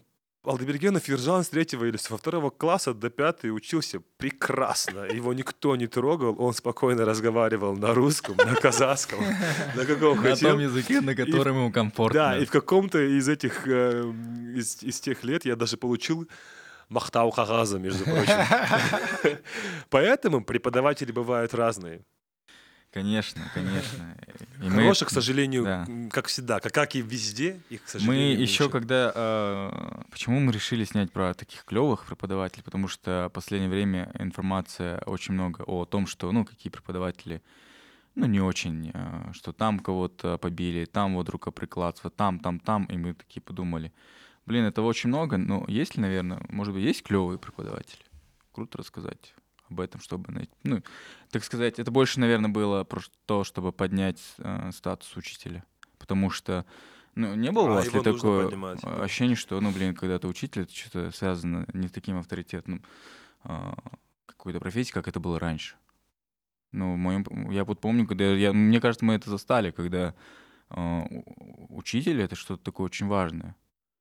Алдебергенов Ержан с третьего или со второго класса до пятого учился прекрасно. Его никто не трогал, он спокойно разговаривал на русском, на казахском, на каком На хотел. том языке, на котором ему комфортно. Да, и в каком-то из этих, э, из, из тех лет я даже получил махтау кагаза, между прочим. Поэтому преподаватели бывают разные. Конечно, конечно. И мы- Хороших, к сожалению, да. м, как всегда, как, как и везде, их, к Мы сожалению, еще меньше. когда... э, Почему мы решили снять про таких клевых преподавателей? Потому что в последнее время информация очень много о том, что, ну, какие преподаватели, ну, не очень, э, что там кого-то побили, там вот рукоприкладство, там, там, там, и мы такие подумали, блин, этого очень много, но есть ли, наверное, может быть, есть клевые преподаватели? Круто рассказать об этом, чтобы найти, ну, так сказать, это больше, наверное, было про то, чтобы поднять э, статус учителя, потому что, ну, не было у А, вас его ли нужно такое поднимать, э, да. ощущение, что, ну, блин, когда ты учитель, это что-то связано не с таким авторитетным э, какой-то профессией, как это было раньше? Ну, в моем, я вот помню, когда я, мне кажется, мы это застали, когда э, у- учитель это что-то такое очень важное.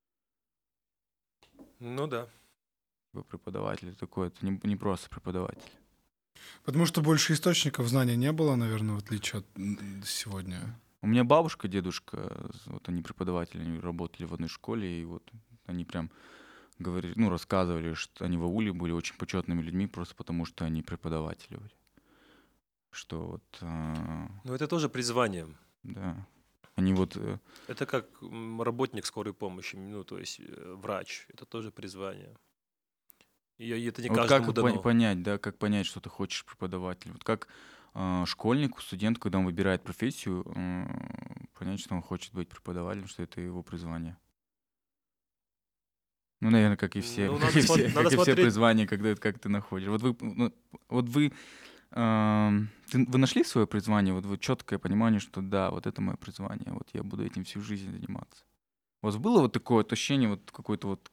Ну да. Преподаватель такой, это не, не просто преподаватель. Потому что больше источников знаний не было, наверное, в отличие от м, сегодня. У меня бабушка, дедушка, вот они преподаватели, они работали в одной школе, и вот они прям говорили, ну, рассказывали, что они в ауле были очень почетными людьми, просто потому что они преподаватели были. Что вот, а, Но это тоже призвание. да, они вот, э, Это как м, работник скорой помощи, ну, то есть э, врач. Это тоже призвание. И я- это не вот как каждому пон- дано. понять, да, как понять, что ты хочешь преподаватель. Вот как а, школьнику, студенту, когда он выбирает профессию, м, понять, что он хочет быть преподавателем, что это его призвание. Ну, наверное, как и все, Ну, как надо и смо- все, надо как и все смотреть. призвания, когда это как ты находишь. Вот вы, ну, вот вы, ам, ты- вы нашли свое призвание, вот вы четкое понимание, что да, вот это мое призвание, вот я буду этим всю жизнь заниматься. У вас было вот такое вот ощущение, вот какой-то вот,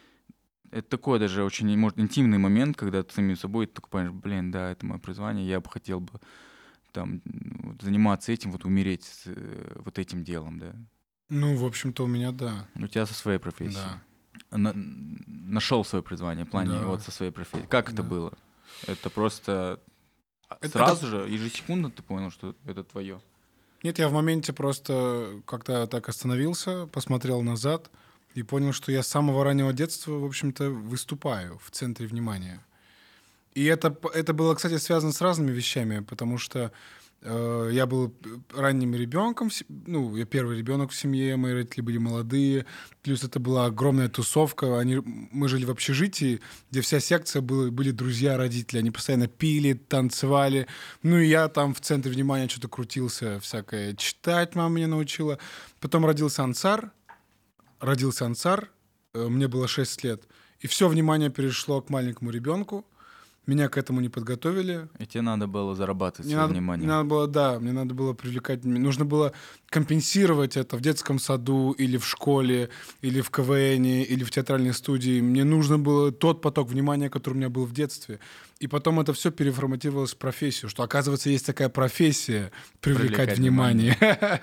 это такой даже очень, может, интимный момент, когда ты самим собой ты такой понимаешь, блин, да, это мое призвание, я бы хотел бы там м, вот заниматься этим, вот умереть с, э, вот этим делом, да. Ну, в общем-то, у меня да. У тебя со своей профессией. Да. На- нашел свое призвание в плане Да. вот со своей профессией. Как это Да. было? Это просто а, Это- сразу же, ежесекундно ты понял, что это твое. Нет, я в моменте просто как-то так остановился, посмотрел назад и понял, что я с самого раннего детства, в общем-то, выступаю в центре внимания. И это, п- это было, кстати, связано с разными вещами, потому что э, я был ранним ребенком, в се- ну, я первый ребенок в семье, мои родители были молодые, плюс это была огромная тусовка, они, мы жили в общежитии, где вся секция была, были друзья родителей, они постоянно пили, танцевали, ну и я там в центре внимания что-то крутился, всякое читать мама меня научила. Потом родился Ансар, родился Ансар, э, мне было шесть лет, и все внимание перешло к маленькому ребенку, меня к этому не подготовили. И тебе надо было зарабатывать Мне свое надо, внимание. мне надо было, да, мне надо было привлекать, мне нужно было компенсировать это в детском саду или в школе, или в КВНе, или в театральной студии. Мне нужно было тот поток внимания, который у меня был в детстве. И потом это все переформатировалось в профессию, что, оказывается, есть такая профессия — привлекать, Привлекать внимание.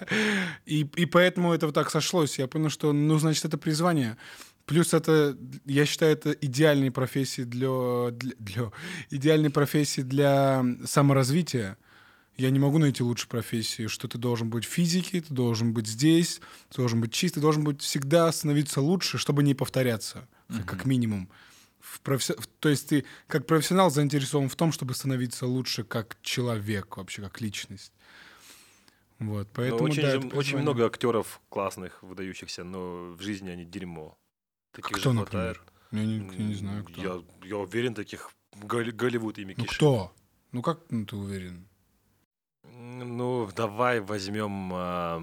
и, и поэтому это вот так сошлось. Я понял, что, ну, значит, это призвание. Плюс это, я считаю, это идеальные профессии для, для, для идеальные профессии для саморазвития. Я не могу найти лучшей профессии, что ты должен быть в физике, ты должен быть здесь, ты должен быть чист, ты должен быть всегда становиться лучше, чтобы не повторяться, как, как минимум. В професси- в- То есть ты как профессионал заинтересован в том, чтобы становиться лучше как человек, вообще как личность. Вот, Но поэтому очень, да, же- это очень призвание. много актеров классных, выдающихся, но в жизни они дерьмо. Таких Кто, же хватает. например? Я не, я не знаю, кто. Я, я уверен, таких Голли- Голливуд ими Ну кишит. кто? Ну как ну, ты уверен? Ну, давай возьмем... а,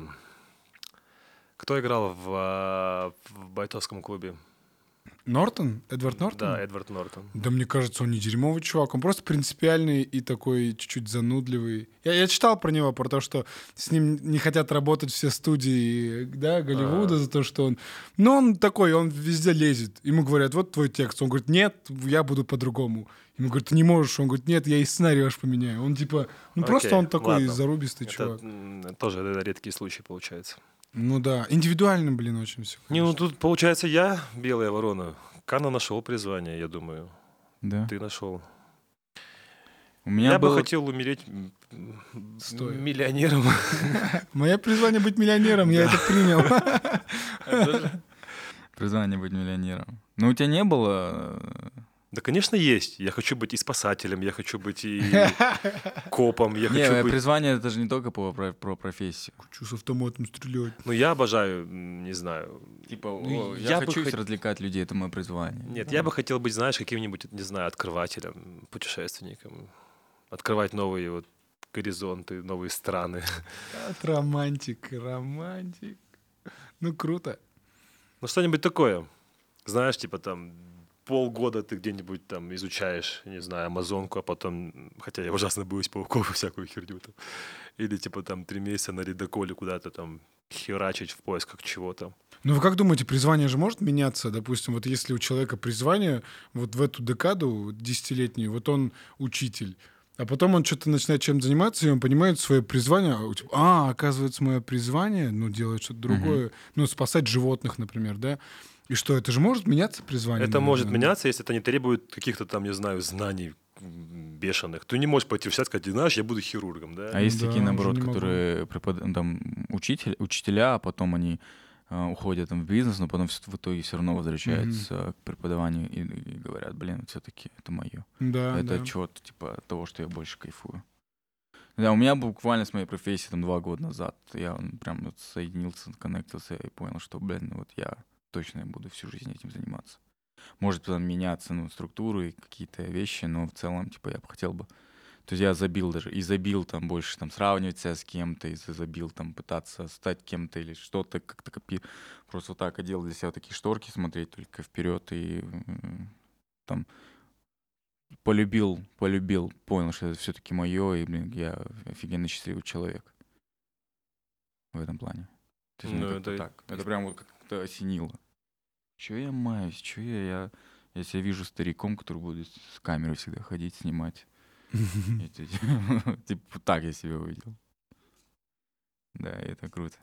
Кто играл в, а, в бойцовском клубе? Нортон? Эдвард Нортон? Да, Эдвард Нортон. Да мне кажется, он не дерьмовый чувак, он просто принципиальный и такой чуть-чуть занудливый. Я, я читал про него, про то, что с ним не хотят работать все студии, да, Голливуда, А. за то, что он... Но он такой, он везде лезет. Ему говорят, вот твой текст. Он говорит, нет, я буду по-другому. Ему говорят, ты не можешь. Он говорит, нет, я и сценарий ваш поменяю. Он типа, ну просто Окей, он такой ладно. зарубистый Это чувак. м, тоже это редкий случай получается. Ну да, индивидуально, блин, очень все. Не, ну тут получается я белая ворона. Кана нашел призвание, я думаю. Да. Ты нашел. У меня Я бы было... хотел умереть м, м, Стоя. миллионером. Мое призвание быть миллионером, я это принял. призвание быть миллионером. Но у тебя не было... э, Да, конечно, есть. Я хочу быть и спасателем, я хочу быть и копом, я Не, хочу э, быть... призвание это же не только по, про, про профессию. Хочу с автоматом стрелять. Ну, я обожаю, м, не знаю... Типа, Ну, о, я я, бы хочу хот- развлекать людей, это мое призвание. Нет, я бы хотел быть, знаешь, каким-нибудь, не знаю, открывателем, путешественником. Открывать новые вот горизонты, новые страны. От романтик, романтик. Ну, круто. Ну, что-нибудь такое. Знаешь, типа там полгода ты где-нибудь там изучаешь, не знаю, Амазонку, а потом, хотя я ужасно боюсь пауков и всякую херню там. Или типа там три месяца на ледоколе куда-то там херачить в поисках чего-то. Ну, вы как думаете, призвание же может меняться? Допустим, вот если у человека призвание вот в эту декаду десятилетнюю, вот он учитель, а потом он что-то начинает чем заниматься, и он понимает свое призвание. А, типа, а, оказывается, мое призвание, ну, делать что-то другое. Ну, спасать животных, например, да? И что, это же может меняться призвание? Это может наверное? меняться, если это не требует каких-то там, не знаю, знаний м, бешеных. Ты не можешь пойти в сад и сказать, знаешь, я буду хирургом, да? А есть Да, такие, уже наоборот, не могу. которые препод... ну, там, учитель, учителя, а потом они э, уходят там, в бизнес, но потом всё- в итоге все равно возвращаются к преподаванию и, и говорят, блин, все-таки это мое. Да, это да. чего-то типа от того, что я больше кайфую. Да, у меня буквально с моей профессией там два года назад я м, прям вот соединился, коннектился и понял, что, блин, вот я точно буду всю жизнь этим заниматься. Может потом меняться, ну, структуры, какие-то вещи, но в целом, типа, я бы хотел бы... То есть я забил даже, и забил там больше там сравнивать себя с кем-то, и забил там пытаться стать кем-то или что-то, как-то копи... Просто вот так одел для себя такие шторки, смотреть только вперед и м, там полюбил, полюбил, понял, что это все-таки мое, и, блин, я офигенно счастливый человек в этом плане. То есть, ну, Ну, как-то это- так. Это прям вот как-то осенило. Чё я маюсь, чё я, я... Я себя вижу стариком, который будет с камерой всегда ходить, снимать. И ты- Типа вот так я себя увидел. Да, и это круто.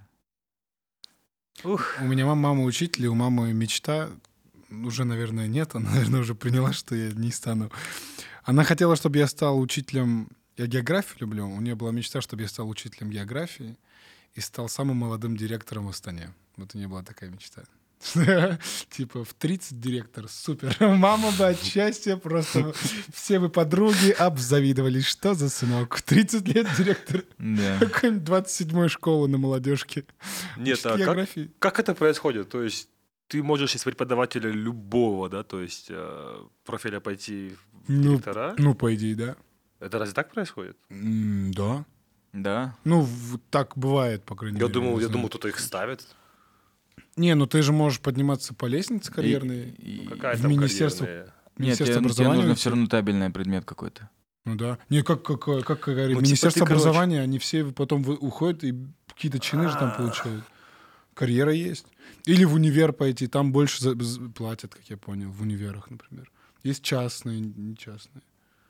Ух. У меня мама, мама учитель, и у мамы мечта, уже, наверное, нет, она, наверное, уже приняла, что я не стану. Она хотела, чтобы я стал учителем, я географию люблю, у нее была мечта, чтобы я стал учителем географии и стал самым молодым директором в Астане. Вот у нее была такая мечта. Типа в тридцать директор, супер. Мама бы от счастья просто все бы подруги обзавидовались. Что за сынок? В тридцать лет директор Да. какой-нибудь двадцать седьмой школы на молодежке. Нет, Учит а как, географии. как это происходит? То есть ты можешь из преподавателя любого, да, то есть э, профиля пойти в Ну, директора? Ну, по идее, да. Это разве так происходит? М, Да. Да. Ну, в- так бывает, по крайней Я мере. думал, я знаю. думал, кто-то их ставит. Не, ну ты же можешь подниматься по лестнице карьерной. И- и- Какая в там министерство- карьерная? Нет, Министерство тебе, тебе образования нужно уйти. все равно табельный предмет какой-то. Ну да. Не, как, как, как, как говорит, Ну, типа Министерство ты, короче- образования, они все потом вы- уходят и какие-то чины же там А. получают. Карьера есть. Или в универ пойти, там больше за- з- платят, как я понял, в универах, например. Есть частные, не частные.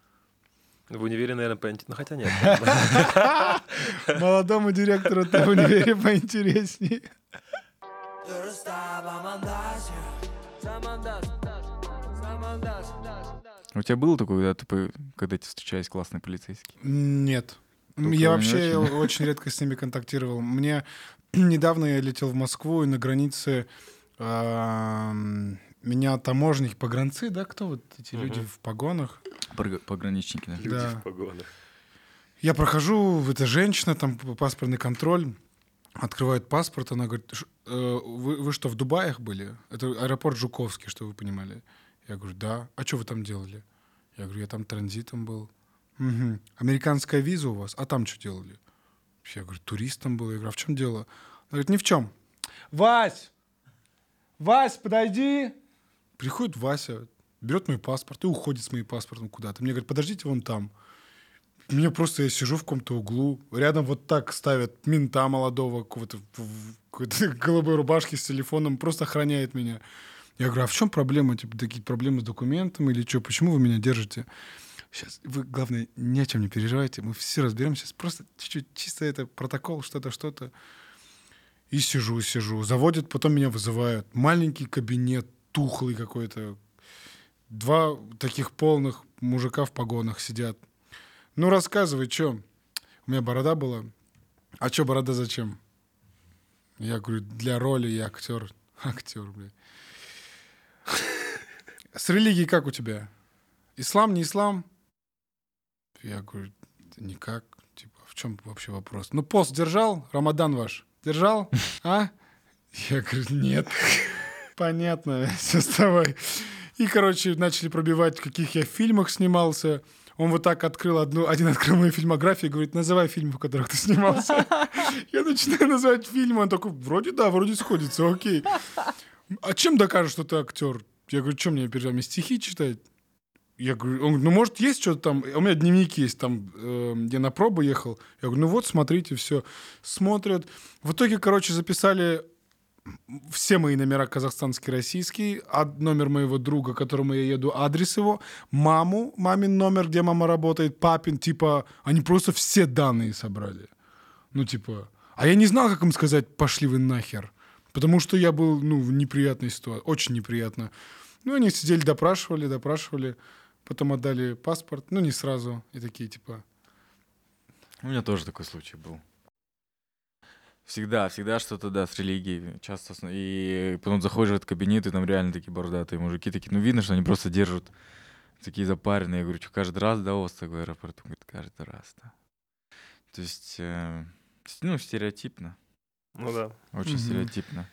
В универе, наверное, поинтереснее. Ну, хотя нет. Молодому директору там в универе поинтереснее. У тебя было такое, когда ты, по- когда тебе встречались классные полицейские? Нет. Только Я не вообще очень? очень редко с ними контактировал. Мне недавно я летел в Москву, и на границе ам, меня таможенники, погранцы, да, кто вот эти люди Мгм. в погонах? Пог- Пограничники, да? Люди Да. в погонах. Я прохожу, это женщина, там п- паспортный контроль, открывает паспорт, она говорит, «Ш- э, вы, вы что, в Дубаях были? Это аэропорт Жуковский, что вы понимали. Я говорю, да. А что вы там делали? Я говорю, я там транзитом был. «Мгм. Американская виза у вас? А там что делали? Я говорю, туристом был. Я говорю, а в чем дело? Она говорит, ни в чем. Вась! Вась, подойди! Приходит Вася, берет мой паспорт и уходит с моим паспортом куда-то. Мне говорит, подождите вон там. Меня просто, я сижу в каком-то углу, рядом вот так ставят мента молодого, какого-то в в какой-то голубой рубашке с телефоном, просто охраняет меня. Я говорю, а в чем проблема? Типа, такие проблемы с документами или что? Почему вы меня держите? Сейчас, вы, главное, ни о чем не переживайте, мы все разберемся. Просто чуть-чуть, чисто это протокол, что-то, что-то. И сижу, сижу. Заводят, потом меня вызывают. Маленький кабинет, тухлый какой-то. Два таких полных мужика в погонах сидят. Ну, рассказывай, что? У меня борода была. А что борода зачем? Я говорю, для роли я актер. Актер, блядь. С религией как у тебя? Ислам, не ислам? Я говорю, никак. Типа, в чем вообще вопрос? Ну, пост держал? Рамадан ваш? Держал? А? Я говорю, нет. Понятно, вставай. И, короче, начали пробивать, в каких я фильмах снимался. Он вот так открыл одну, один открыл мою фильмографию и говорит, называй фильмы, в которых ты снимался. Я начинаю называть фильмы. Он такой, вроде да, вроде сходится, окей. А чем докажешь, что ты актер? Я говорю, что мне перед вами стихи читать? Я говорю, он говорит, ну, может, есть что-то там? У меня дневник есть там, э, где на пробу ехал. Я говорю, ну вот, смотрите, все. Смотрят. В итоге, короче, записали все мои номера казахстанские, российские, а номер моего друга, к которому я еду, адрес его, маму, мамин номер, где мама работает, папин, типа, они просто все данные собрали. Ну, типа, а я не знал, как им сказать, пошли вы нахер. Потому что я был, ну, в неприятной ситуации, очень неприятно. Ну, они сидели, допрашивали, допрашивали, потом отдали паспорт, ну, не сразу, и такие, типа... У меня тоже такой случай был. Всегда, всегда что-то, да, с религией. Часто. И потом заходишь в этот кабинет, и там реально такие бородатые мужики, такие, ну, видно, что они просто держат такие запаренные. Я говорю, что каждый раз, да, у вас так в аэропорту? Он говорит, каждый раз, да. То есть, э, ну, стереотипно. Ну да. Очень Мгм. стереотипно.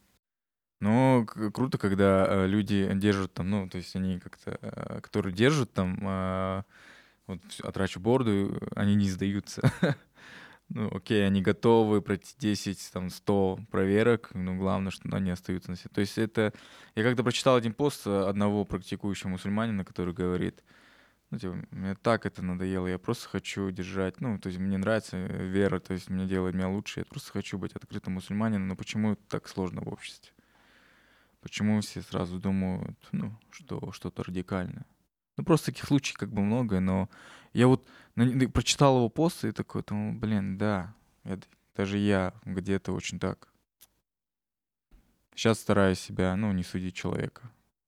Но к- круто, когда э, люди держат там, ну, то есть они как-то, э, которые держат там, э, вот всё, отрачу бороду, они не сдаются. Ну, окей, они готовы пройти десять, там, сто проверок, но главное, что они остаются на себе. То есть это... Я как-то прочитал один пост одного практикующего мусульманина, который говорит, ну, типа, мне так это надоело, я просто хочу держать, ну, то есть мне нравится вера, то есть мне делает меня лучше, я просто хочу быть открытым мусульманином, но почему это так сложно в обществе? Почему все сразу думают, ну, что что-то радикальное? Ну, просто таких случаев как бы много, но я вот на не- прочитал его пост и такой, думал, блин, да, это- даже я где-то очень так. Сейчас стараюсь себя, ну, не судить человека.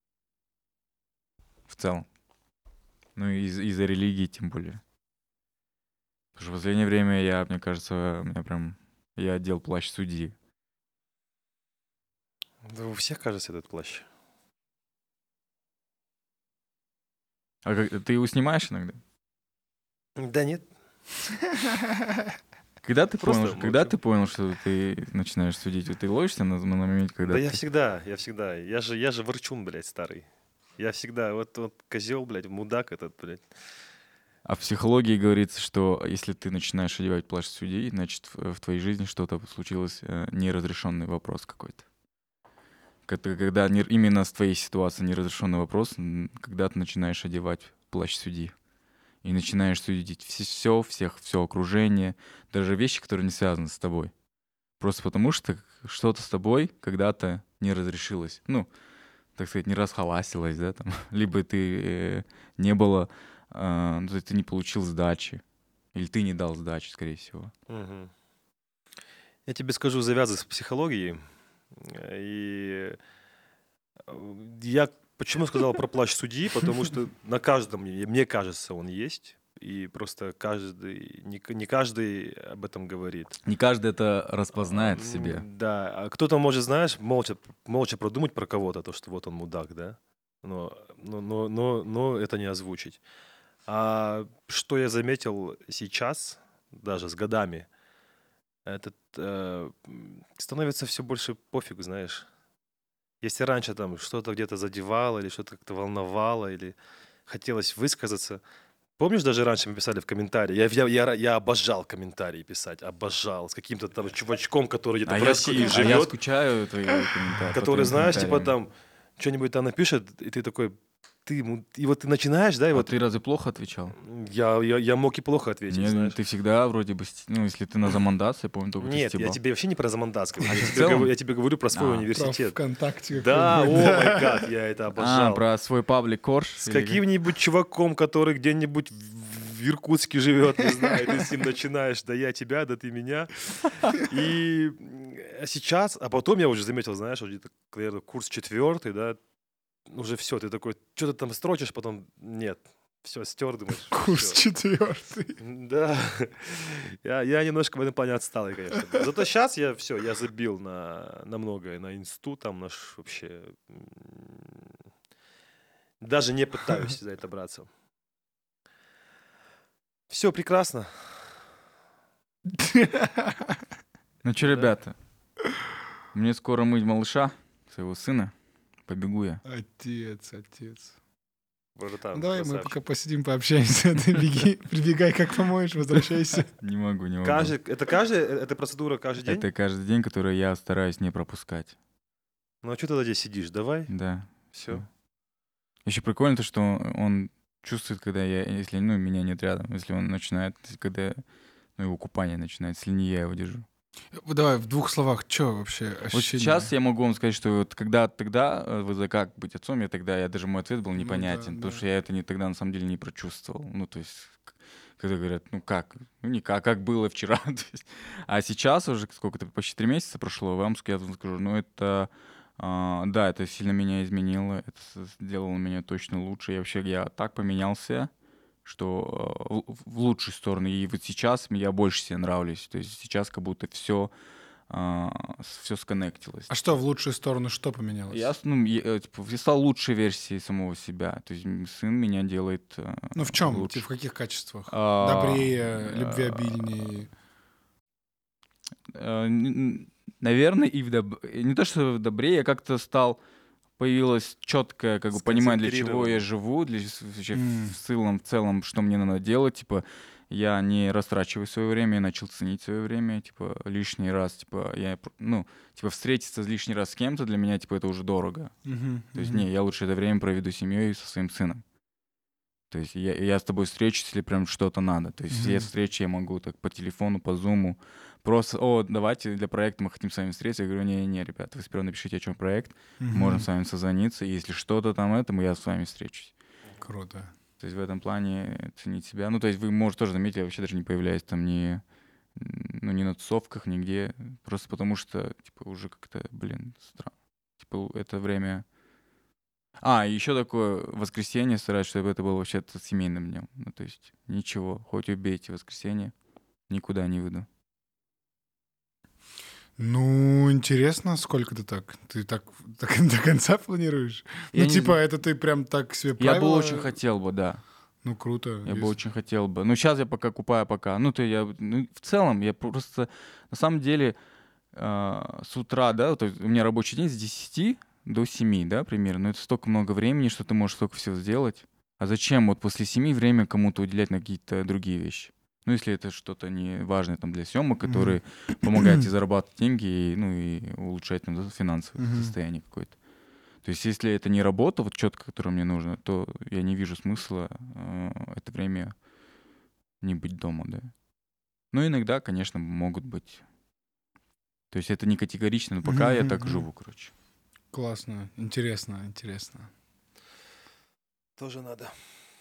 В целом. Ну, и из- из-за религии тем более. Потому что в последнее время я, мне кажется, у меня прям, я одел плащ судьи. Да у всех, кажется, этот плащ. А как, ты его снимаешь иногда? Да нет. Когда ты Просто понял, когда молчу. ты понял, что ты начинаешь судить? Вот ты ловишься на, на моменте, когда Да ты... я всегда, я всегда. Я же, я же ворчун, блядь, старый. Я всегда, вот, вот козел, блядь, мудак этот, блядь. А в психологии говорится, что если ты начинаешь одевать плащ судьи, значит в, в твоей жизни что-то случилось, э, неразрешенный вопрос какой-то. Когда, когда не- именно с твоей ситуацией неразрешенный вопрос, м, когда ты начинаешь одевать плащ судьи и начинаешь судить все, всех, все окружение, даже вещи, которые не связаны с тобой. Просто потому что что-то с тобой когда-то не разрешилось. Ну, так сказать, не расхоластилось, да, там. Либо ты э, не было, э, ну, то есть ты не получил сдачи, или ты не дал сдачи, скорее всего. Мгм. Я тебе скажу, завязывай с психологией. Э, И э, я почему сказал про плащ судьи, потому что на каждом, мне мне кажется, он есть. И просто каждый, не, к- не каждый об этом говорит. Не каждый это распознает в себе. М, Да, а кто-то может, знаешь, молча, молча продумать про кого-то, то, что вот он мудак, да, но, но, но, но, но это не озвучить. А что я заметил сейчас, даже с годами, этот э, м, становится все больше пофиг, знаешь. Если раньше там что-то где-то задевало или что-то как-то волновало или хотелось высказаться. Помнишь, даже раньше мы писали в комментарии, я, я, я, я обожал комментарии писать, обожал, с каким-то там чувачком, который где-то А в я, России ску- а я живет, скучаю твои комментарии. по который, твоим знаешь, типа комментариям. там что-нибудь там напишет, и ты такой, ты ему, и вот ты начинаешь, да, и А вот ты разве плохо отвечал? я, я, я мог и плохо ответить, Не, знаешь. ты всегда вроде бы, ст- ну, если ты на замандас, я помню, только ты Нет, я стебал. тебе вообще не про Замандас говорю, А я, в тебе целом? говорю, я тебе говорю про свой А. Про университет. ВКонтакте. Да, о какой-нибудь, май гад, я это А, обожал. про свой паблик Корж? С или как? каким-нибудь чуваком, который где-нибудь в в в Иркутске живет, не знаю, ты с ним начинаешь, да я тебя, да ты меня. И м, сейчас, а потом я уже заметил, знаешь, вот где-то, наверное, курс четвертый, да, уже все, ты такой, что ты там строчишь, потом нет, все, стер, думаешь, Курс все. четвертый. Да, я, я немножко в этом плане отсталый, конечно. Зато сейчас я все, я забил на, на многое, на инсту, там наш вообще м, даже не пытаюсь за это браться. Все прекрасно. Ну что, Да. ребята, мне скоро мыть малыша, своего сына. Побегу я. Отец, отец. Братан, Ну, давай мы красавчик. пока посидим, пообщаемся. Ты беги, прибегай, как помоешь, возвращайся. Не могу, не могу. Каждый, это каждый, э, это процедура каждый день? Это каждый день, который я стараюсь не пропускать. Ну а что ты тогда здесь сидишь? Давай, Да. все. Еще прикольно то, что он чувствует, когда я, если ну, меня нет рядом, если он начинает, когда ну, его купание начинается, если не я его держу. Вот давай в двух словах, что вообще ощущение? Вот сейчас я могу вам сказать, что вот когда тогда э, вы за как быть отцом, я тогда, я даже мой ответ был Ну непонятен, да, потому да. что я это не тогда на самом деле не прочувствовал. Ну, то есть, к- когда говорят, ну как, ну никак, как было вчера. То есть, а сейчас уже сколько-то, почти три месяца прошло, вам ск- я вам скажу, ну это, а, да, это сильно меня изменило, это с- сделало меня точно лучше. Я вообще, я так поменялся, что э, в в лучшую сторону. И вот сейчас я больше себе нравлюсь. То есть сейчас как будто все, все сконнектилось. А что в лучшую сторону, что поменялось? Я, с- ну, я, э, типа, я стал лучшей версией самого себя. То есть м, сын меня делает э, Ну в чем? лучше. В каких качествах? А, Добрее, а, любвеобильнее. э, н- н- Наверное, и в доб- э, не то, что в добре, я как-то стал, появилось четкое как бы понимание, для чего я Сконцентрирован. живу, для с- вообще М. в целом, в целом, что мне надо делать, типа, я не растрачиваю свое время, я начал ценить свое время, типа, лишний раз, типа, я, пр- ну, типа, встретиться лишний раз с кем-то для меня, типа, это уже дорого. Мгм, То есть, мгм. не, я лучше это время проведу с семьей и со своим сыном. То есть я, я с тобой встречусь, если прям что-то надо. То есть все Мгм. встречи я могу так по телефону, по зуму. Просто, о, давайте для проекта мы хотим с вами встретиться. Я говорю, не-не, ребята, вы сперва напишите, о чем проект. Можем с вами созвониться. И если что-то там этому, я с вами встречусь. Круто. То есть в этом плане ценить себя. Ну, то есть вы, может, тоже заметили, я вообще даже не появляюсь там ни, ну, ни на тусовках, нигде. Просто потому что, типа, уже как-то, блин, странно. Типа, это время... А, и еще такое воскресенье стараюсь, чтобы это было вообще-то семейным днем. Ну, то есть ничего, хоть убейте воскресенье, никуда не выйду. Ну, интересно, сколько ты так? Ты так, так до конца планируешь? Я ну, не типа, знаю. это ты прям так себе Я бы правила- очень хотел бы, да. Ну, круто. Я бы Если- очень хотел бы. Ну, сейчас я пока купаю, пока. Ну, то я, ну, в целом, я просто, на самом деле, а, с утра, да, то есть у меня рабочий день с десяти до семи, да, примерно. Но это столько много времени, что ты можешь столько всего сделать. А зачем вот после семи время кому-то уделять на какие-то другие вещи? Ну, если это что-то не важное там для съемок, Мгм. которые помогают тебе зарабатывать деньги и, ну, и улучшать там, да, финансовое Мгм. состояние какое-то. То есть, если это не работа, вот четко, которая мне нужна, то я не вижу смысла э, это время не быть дома, да. Ну, иногда, конечно, могут быть. То есть это не категорично, но пока я Мгм, так мгм. живу, короче. Классно, интересно, интересно. Тоже надо.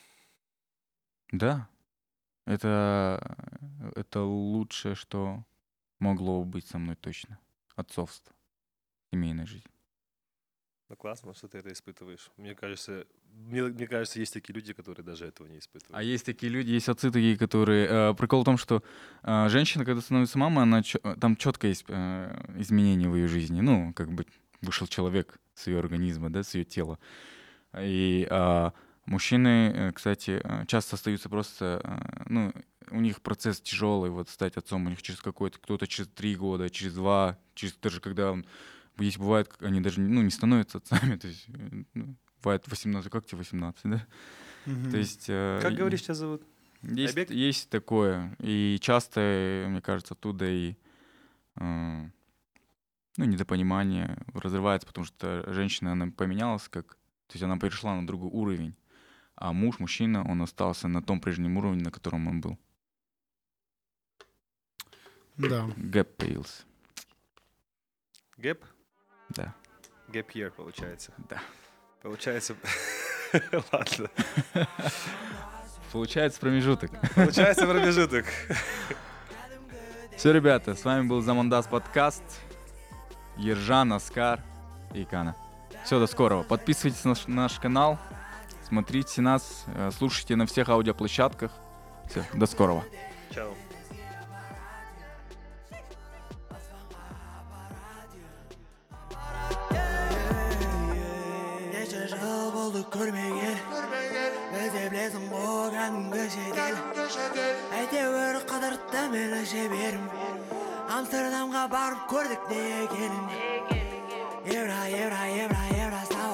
Да. Это, это лучшее, что могло быть со мной точно. Отцовство. Семейная жизнь. Ну классно, что ты это испытываешь. Мне кажется, мне, мне кажется, есть такие люди, которые даже этого не испытывают. А есть такие люди, есть отцы такие, которые... э, прикол в том, что э, женщина, когда становится мамой, она чё- э, там четко есть э, изменения в ее жизни. Ну, как бы вышел человек с ее организма, да, с ее тела. И а, мужчины, э, кстати, э, часто остаются просто... э, ну, у них процесс тяжелый, вот стать отцом. У них через какой-то... Кто-то через три года, через два, через даже когда он... Есть бывает, к- они даже ну, не становятся отцами. То есть, э, ну, бывает восемнадцать, как тебе восемнадцать, да? Мгм. То есть... э, Как и- говоришь, тебя зовут? есть, Айбек? есть такое. И часто, э, мне кажется, оттуда и э, ну, недопонимание разрывается, потому что женщина, она поменялась, как, то есть она перешла на другой уровень, а муж, мужчина, он остался на том прежнем уровне, на котором он был. Да. Гэп появился. Гэп? Да. Гэп year, получается. Да. Получается... Ладно. Получается промежуток. Получается промежуток. Все, ребята, с вами был Замандас подкаст. Ержан, Оскар и Кана. Все, до скорого. Подписывайтесь на наш, наш канал, смотрите нас, э, слушайте на всех аудиоплощадках. Все, до скорого. Чао. Neçe jıl boldu körmegen Özde bilesің болған көшеден Әйтеуір қыдыртты мені жеберім Амстердамға барып көрдік не екенін Евро, евро, евро, евро,